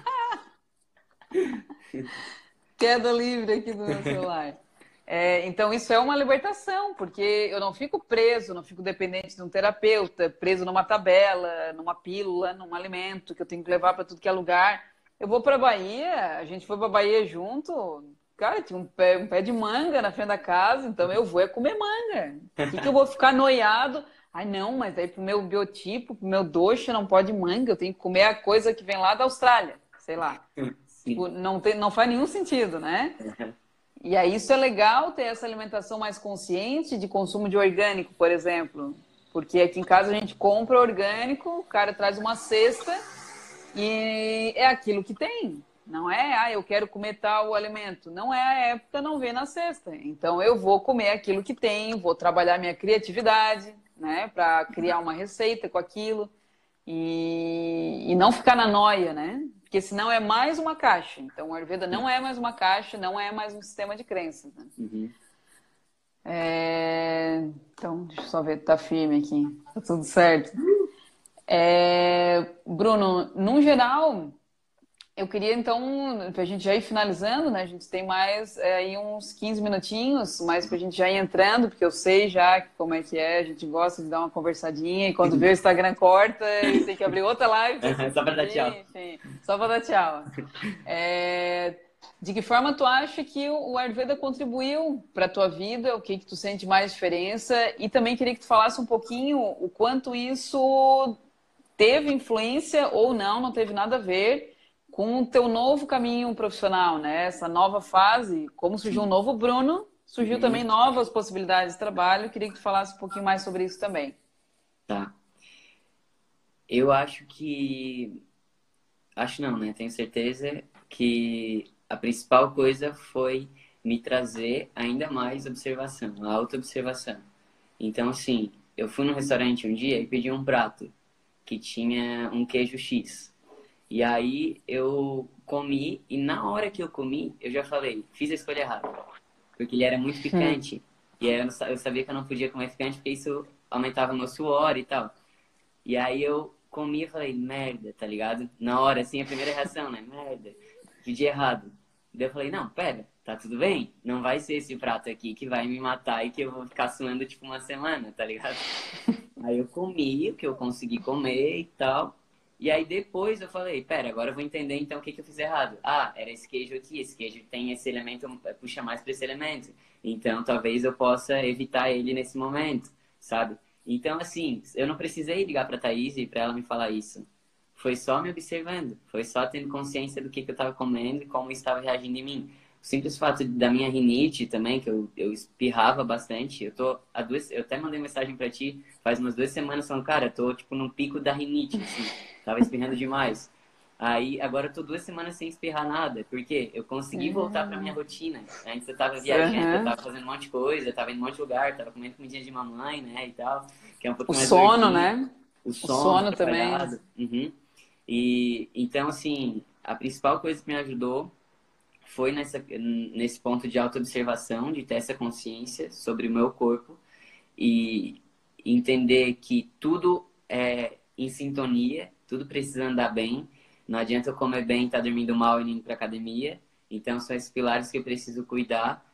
Queda livre aqui do meu celular. Então, isso é uma libertação, porque eu não fico preso, não fico dependente de um terapeuta, preso numa tabela, numa pílula, num alimento que eu tenho que levar para tudo que é lugar. Eu vou para a Bahia, a gente foi para a Bahia junto, cara, tinha um pé de manga na frente da casa, então eu vou comer manga. Por que eu vou ficar noiado? Ai, não, mas aí pro meu biotipo, pro meu doce, não pode manga, eu tenho que comer a coisa que vem lá da Austrália, sei lá. Sim. Tipo, não faz nenhum sentido, né? E aí isso é legal ter essa alimentação mais consciente de consumo de orgânico, por exemplo. Porque aqui em casa a gente compra orgânico, o cara traz uma cesta e é aquilo que tem. Não é, eu quero comer tal alimento. Não é a época, não vem na cesta. Então eu vou comer aquilo que tem, vou trabalhar minha criatividade, né, para criar uma receita com aquilo e não ficar na noia, né? Porque senão é mais uma caixa. Então, o Ayurveda não é mais uma caixa, não é mais um sistema de crenças. Né? Uhum. Então, deixa eu só ver, tá firme aqui. Tá tudo certo. Bruno, no geral, eu queria então, pra gente já ir finalizando, né? A gente tem mais aí uns 15 minutinhos, mais pra gente já ir entrando, porque eu sei já como é que é, a gente gosta de dar uma conversadinha e quando vê o Instagram corta e tem que abrir outra live pra Só pra dar assistir, tchau. enfim, só pra dar tchau. É, De que forma tu acha que o Ayurveda contribuiu para a tua vida? O que que tu sente mais diferença? E também queria que tu falasse um pouquinho o quanto isso teve influência ou não, não teve nada a ver com o teu novo caminho profissional, né? Essa nova fase, como surgiu um Sim. novo Bruno, surgiu também Uhum. novas possibilidades de trabalho. Queria que tu falasse um pouquinho mais sobre isso também. Tá. Eu acho que. Acho não, né? Tenho certeza que a principal coisa foi me trazer ainda mais observação, a autoobservação. Então, assim, eu fui num restaurante um dia e pedi um prato que tinha um queijo X. E aí eu comi, e na hora que eu comi, eu já falei, fiz a escolha errada. Porque ele era muito Hum. picante. E aí eu sabia que eu não podia comer picante porque isso aumentava meu suor e tal. E aí eu comi e falei, merda, tá ligado? Na hora, assim, a primeira reação, né? Merda, pedi errado. Daí eu falei, não, pera, tá tudo bem? Não vai ser esse prato aqui que vai me matar e que eu vou ficar suando tipo uma semana, tá ligado? Aí eu comi o que eu consegui comer e tal. E aí depois eu falei, pera, agora eu vou entender então o que que eu fiz errado. Ah, era esse queijo aqui, esse queijo tem esse elemento, puxa mais para esse elemento. Então talvez eu possa evitar ele nesse momento, sabe? Então assim, eu não precisei ligar para Thaís e para ela me falar isso. Foi só me observando, foi só tendo consciência do que eu estava comendo e como isso estava reagindo em mim. O simples fato da minha rinite também, que eu espirrava bastante. Eu até mandei mensagem para ti faz umas 2 semanas falando, cara, eu tô tipo num pico da rinite, assim. Tava espirrando demais. Aí, agora eu tô 2 semanas sem espirrar nada, porque eu consegui voltar pra minha rotina. Antes eu tava viajando, eu Aham. tava fazendo um monte de coisa, eu tava indo em um monte de lugar, tava comendo comidinha de mamãe, né, e tal, que é um O pouquinho mais sono, gordinho. né? O O sono sono também. atrapalhado. Uhum. E, então, assim, a principal coisa que me ajudou foi nesse ponto de autoobservação, de ter essa consciência sobre o meu corpo e entender que tudo é em sintonia, tudo precisa andar bem. Não adianta eu comer bem, estar dormindo mal e indo para academia. Então, são esses pilares que eu preciso cuidar.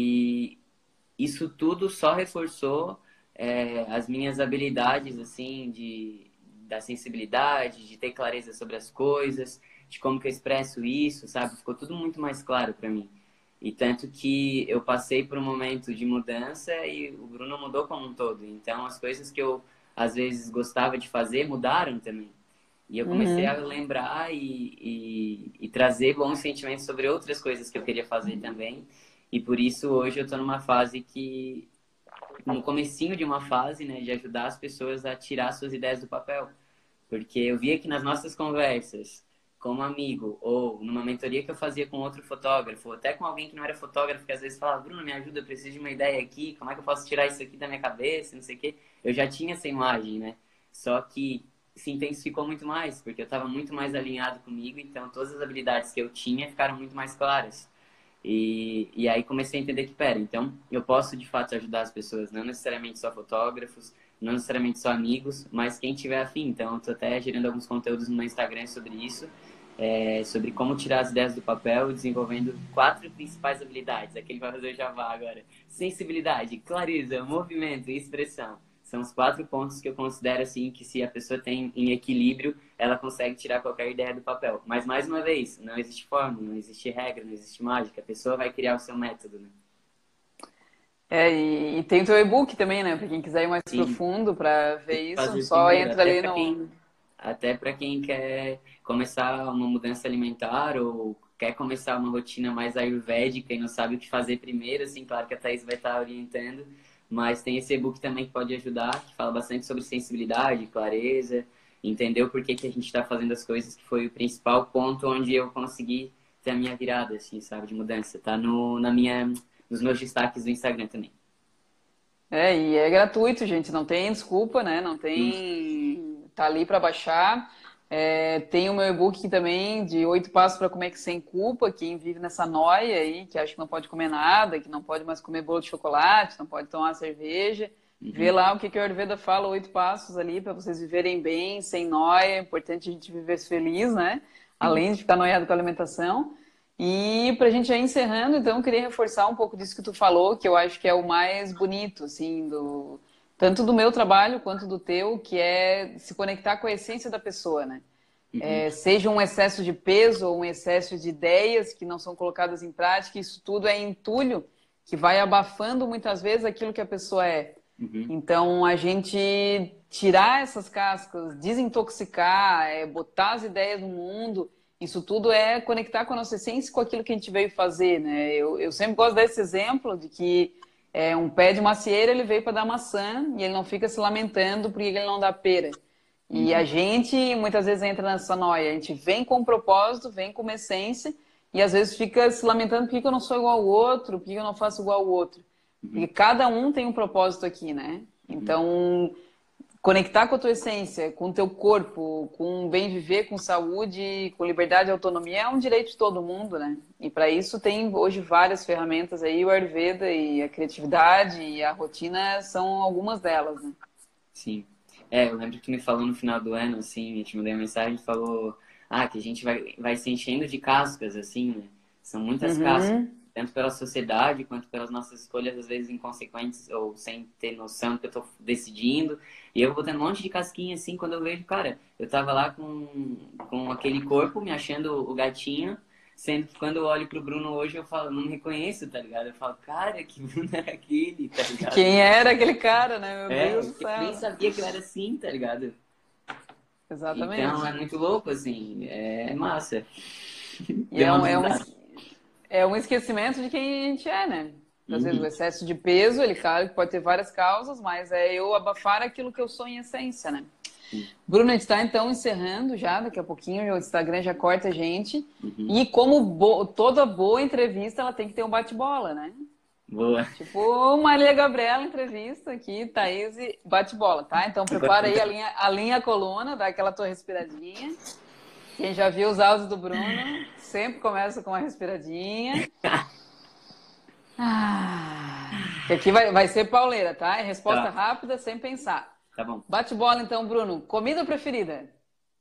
E isso tudo só reforçou as minhas habilidades, assim, da sensibilidade, de ter clareza sobre as coisas, de como que eu expresso isso, sabe? Ficou tudo muito mais claro para mim. E tanto que eu passei por um momento de mudança e o Bruno mudou como um todo. Então, as coisas que eu, às vezes, gostava de fazer mudaram também. E eu comecei a Uhum. lembrar e trazer bons sentimentos sobre outras coisas que eu queria fazer também. E por isso, hoje, eu estou numa fase que no comecinho de uma fase, né, de ajudar as pessoas a tirar suas ideias do papel. Porque eu via que nas nossas conversas, como amigo, ou numa mentoria que eu fazia com outro fotógrafo, ou até com alguém que não era fotógrafo, que às vezes falava, Bruno, me ajuda, eu preciso de uma ideia aqui, como é que eu posso tirar isso aqui da minha cabeça, não sei o quê. Eu já tinha essa imagem, né? Só que se intensificou muito mais, porque eu estava muito mais alinhado comigo, então todas as habilidades que eu tinha ficaram muito mais claras. E aí comecei a entender que, pera, então eu posso de fato ajudar as pessoas, não necessariamente só fotógrafos, não necessariamente só amigos, mas quem tiver afim. Então eu tô até gerando alguns conteúdos no meu Instagram sobre isso, sobre como tirar as ideias do papel, desenvolvendo 4 principais habilidades. Aquele vai fazer o Java agora. Sensibilidade, clareza, movimento e expressão. São os 4 pontos que eu considero assim que se a pessoa tem em equilíbrio, ela consegue tirar qualquer ideia do papel. Mas, mais uma vez, não existe fórmula, não existe regra, não existe mágica. A pessoa vai criar o seu método, né? E tem o teu e-book também, né? Para quem quiser ir mais Sim, profundo para tem ver que isso, fazer só primeiro, entra ali no. até para quem quer começar uma mudança alimentar ou quer começar uma rotina mais ayurvédica e não sabe o que fazer primeiro, assim, claro que a Thaís vai estar orientando, mas tem esse e-book também que pode ajudar, que fala bastante sobre sensibilidade, clareza, entender o porquê que a gente está fazendo as coisas, que foi o principal ponto onde eu consegui ter a minha virada, assim, sabe, de mudança. Tá nos meus destaques do Instagram também. E é gratuito, gente, não tem desculpa, né? Não Justo. tem. Tá ali para baixar. Tem o meu e-book também de 8 passos para comer sem culpa, quem vive nessa noia aí, que acha que não pode comer nada, que não pode mais comer bolo de chocolate, não pode tomar cerveja. Vê Uhum. lá o que que o Ayurveda fala, 8 passos ali para vocês viverem bem, sem noia. É importante a gente viver feliz, né? Sim. Além de ficar noiado com a alimentação. E para a gente já ir encerrando, então, eu queria reforçar um pouco disso que tu falou, que eu acho que é o mais bonito, assim, tanto do meu trabalho quanto do teu, que é se conectar com a essência da pessoa, né? Uhum. Seja um excesso de peso ou um excesso de ideias que não são colocadas em prática, isso tudo é entulho que vai abafando muitas vezes aquilo que a pessoa é. Uhum. Então, a gente tirar essas cascas, desintoxicar, botar as ideias no mundo, isso tudo é conectar com a nossa essência e com aquilo que a gente veio fazer, né? Eu sempre gosto desse exemplo de que um pé de macieira, ele veio para dar maçã e ele não fica se lamentando porque ele não dá pera. E a Uhum. gente muitas vezes entra nessa noia. A gente vem com um propósito, vem com uma essência, e às vezes fica se lamentando por que eu não sou igual ao outro, por que eu não faço igual ao outro. Porque Uhum. cada um tem um propósito aqui, né? Uhum. Então, conectar com a tua essência, com o teu corpo, com o bem viver, com saúde, com liberdade e autonomia é um direito de todo mundo, né? E para isso tem hoje várias ferramentas aí, o Ayurveda e a criatividade e a rotina são algumas delas, né? Sim. Eu lembro que tu me falou no final do ano, assim, eu te mandei uma mensagem e falou, que a gente vai se enchendo de cascas, assim, né? São muitas cascas, Uhum. tanto pela sociedade quanto pelas nossas escolhas, às vezes inconsequentes ou sem ter noção do que eu tô decidindo. E eu vou botando um monte de casquinha, assim, quando eu vejo, cara, eu tava lá com aquele corpo, me achando o gatinho, sendo que quando eu olho pro Bruno hoje, eu falo, não me reconheço, tá ligado? Eu falo, cara, que Bruno era aquele, tá ligado? Quem era aquele cara, né? Meu Deus do Que eu nem céu. sabia que eu era assim, tá ligado? Então Exatamente. é muito louco, assim, é massa. E Deu uma brisada. é um esquecimento de quem a gente é, né? Às vezes o Uhum. excesso de peso, ele, claro, que pode ter várias causas, mas é eu abafar aquilo que eu sou em essência, né? Sim. Bruno, a gente está então encerrando já, daqui a pouquinho o Instagram já corta a gente. Uhum. E como toda boa entrevista, ela tem que ter um bate-bola, né? Boa. Tipo, Marília Gabriela, entrevista aqui, Thaís, bate-bola, tá? Então prepara aí alinha a coluna, dá aquela tua respiradinha. Quem já viu os áudios do Bruno, sempre começa com uma respiradinha. Que aqui vai ser pauleira, tá? É resposta Tá, rápida, sem pensar. tá bom. Bate bola então, Bruno. Comida preferida?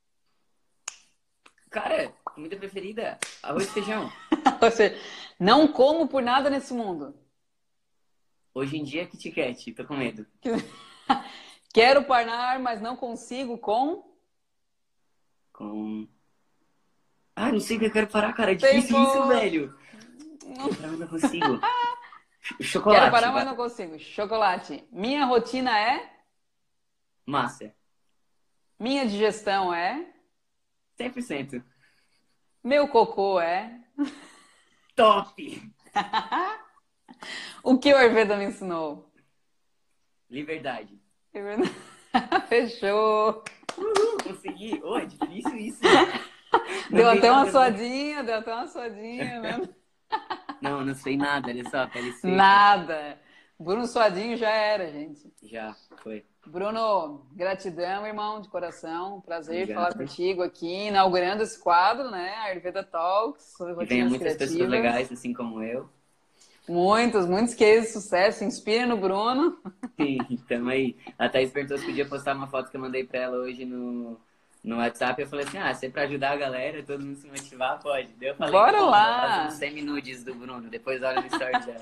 Cara, comida preferida, arroz e feijão. Ou seja, não como por nada nesse mundo. Hoje em dia, Kit Kat, tô com medo. Quero parar, mas não consigo com... Com... não sei o que eu quero parar, cara, é difícil isso, Tempo! velho. Pra mim não consigo. Quero Chocolate, parar, mas não vai. consigo. Chocolate. Minha rotina é... Massa, Minha digestão é... 100%. Meu cocô é... Top! O que o Ayurveda me ensinou? Liberdade. Fechou. Consegui. É difícil isso. Não Deu tem até uma nada a ver. suadinha, deu até uma suadinha, né? Não, não sei nada, olha só, pele seca. Nada. Bruno Suadinho já era, gente. Já, foi. Bruno, gratidão, irmão, de coração. Prazer falar Obrigado. contigo aqui, inaugurando esse quadro, né? Ayurveda Talks, sobre E venha rotinas muitas pessoas legais, criativas. assim como eu. Muitos cases de sucesso. Inspire no Bruno. Então aí, a Thaís perguntou se podia postar uma foto que eu mandei pra ela hoje no WhatsApp. Eu falei assim, se é pra ajudar a galera, todo mundo se motivar, pode. Daí eu falei, tá Bora bom, vou fazer uns lá. semi-nudes do Bruno, depois olha no story dela.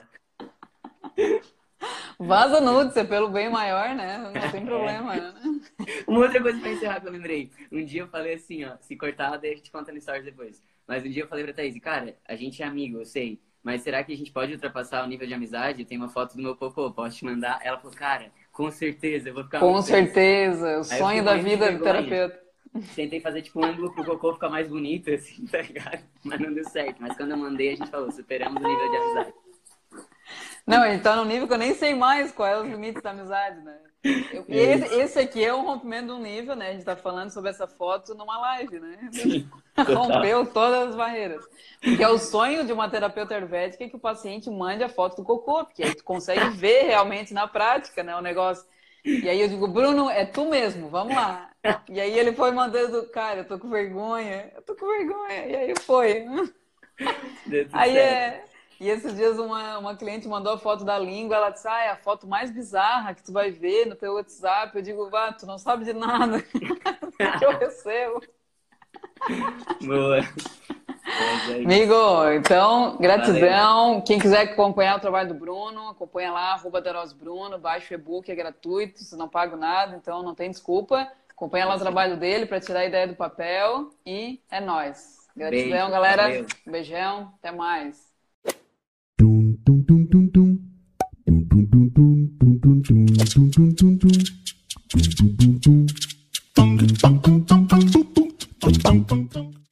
Vaza nudes, é pelo bem maior, né? Não tem problema, né? Uma outra coisa pra encerrar que eu lembrei. Um dia eu falei assim, se cortar, daí a gente conta no stories depois. Mas um dia eu falei pra Thaís, cara, a gente é amigo, eu sei, mas será que a gente pode ultrapassar o nível de amizade? Tem uma foto do meu cocô, posso te mandar? Ela falou, cara, com certeza, eu vou ficar Com muito feliz. certeza. O Aí eu fiquei sonho da morrendo de vida do vergonha. terapeuta. Tentei fazer tipo um ângulo pro cocô ficar mais bonito, assim, tá ligado? Mas não deu certo. Mas quando eu mandei, a gente falou, superamos o nível de amizade. Não, ele tá num nível que eu nem sei mais quais são os limites da amizade, né? É isso. Esse aqui é um rompimento de um nível, né? A gente tá falando sobre essa foto numa live, né? Sim, total. Rompeu todas as barreiras. Porque é o sonho de uma terapeuta ayurvédica que o paciente mande a foto do cocô, porque aí tu consegue ver realmente na prática, né, o negócio. E aí eu digo, Bruno, é tu mesmo, vamos lá. E aí ele foi mandando, cara, eu tô com vergonha, E aí foi. Deu tudo Aí certo. E esses dias uma cliente mandou a foto da língua, ela disse, é a foto mais bizarra que tu vai ver no teu WhatsApp. Eu digo, vá, tu não sabe de nada que eu recebo. Boa. Mas é isso. Amigo, então, Valeu. gratidão. Quem quiser acompanhar o trabalho do Bruno, acompanha lá, @darosbruno, baixa o e-book, é gratuito, você não paga nada, então não tem desculpa. Acompanha lá o Assim. trabalho dele para tirar a ideia do papel e é nóis. Gratidão, Beijo. galera. Valeu. Beijão, até mais. Dum dum dum dum dum. Dum dum dum dum dum dum dum dum dum dum dum. Dum dum dum dum. Dum dum dum dum dum dum dum dum dum dum.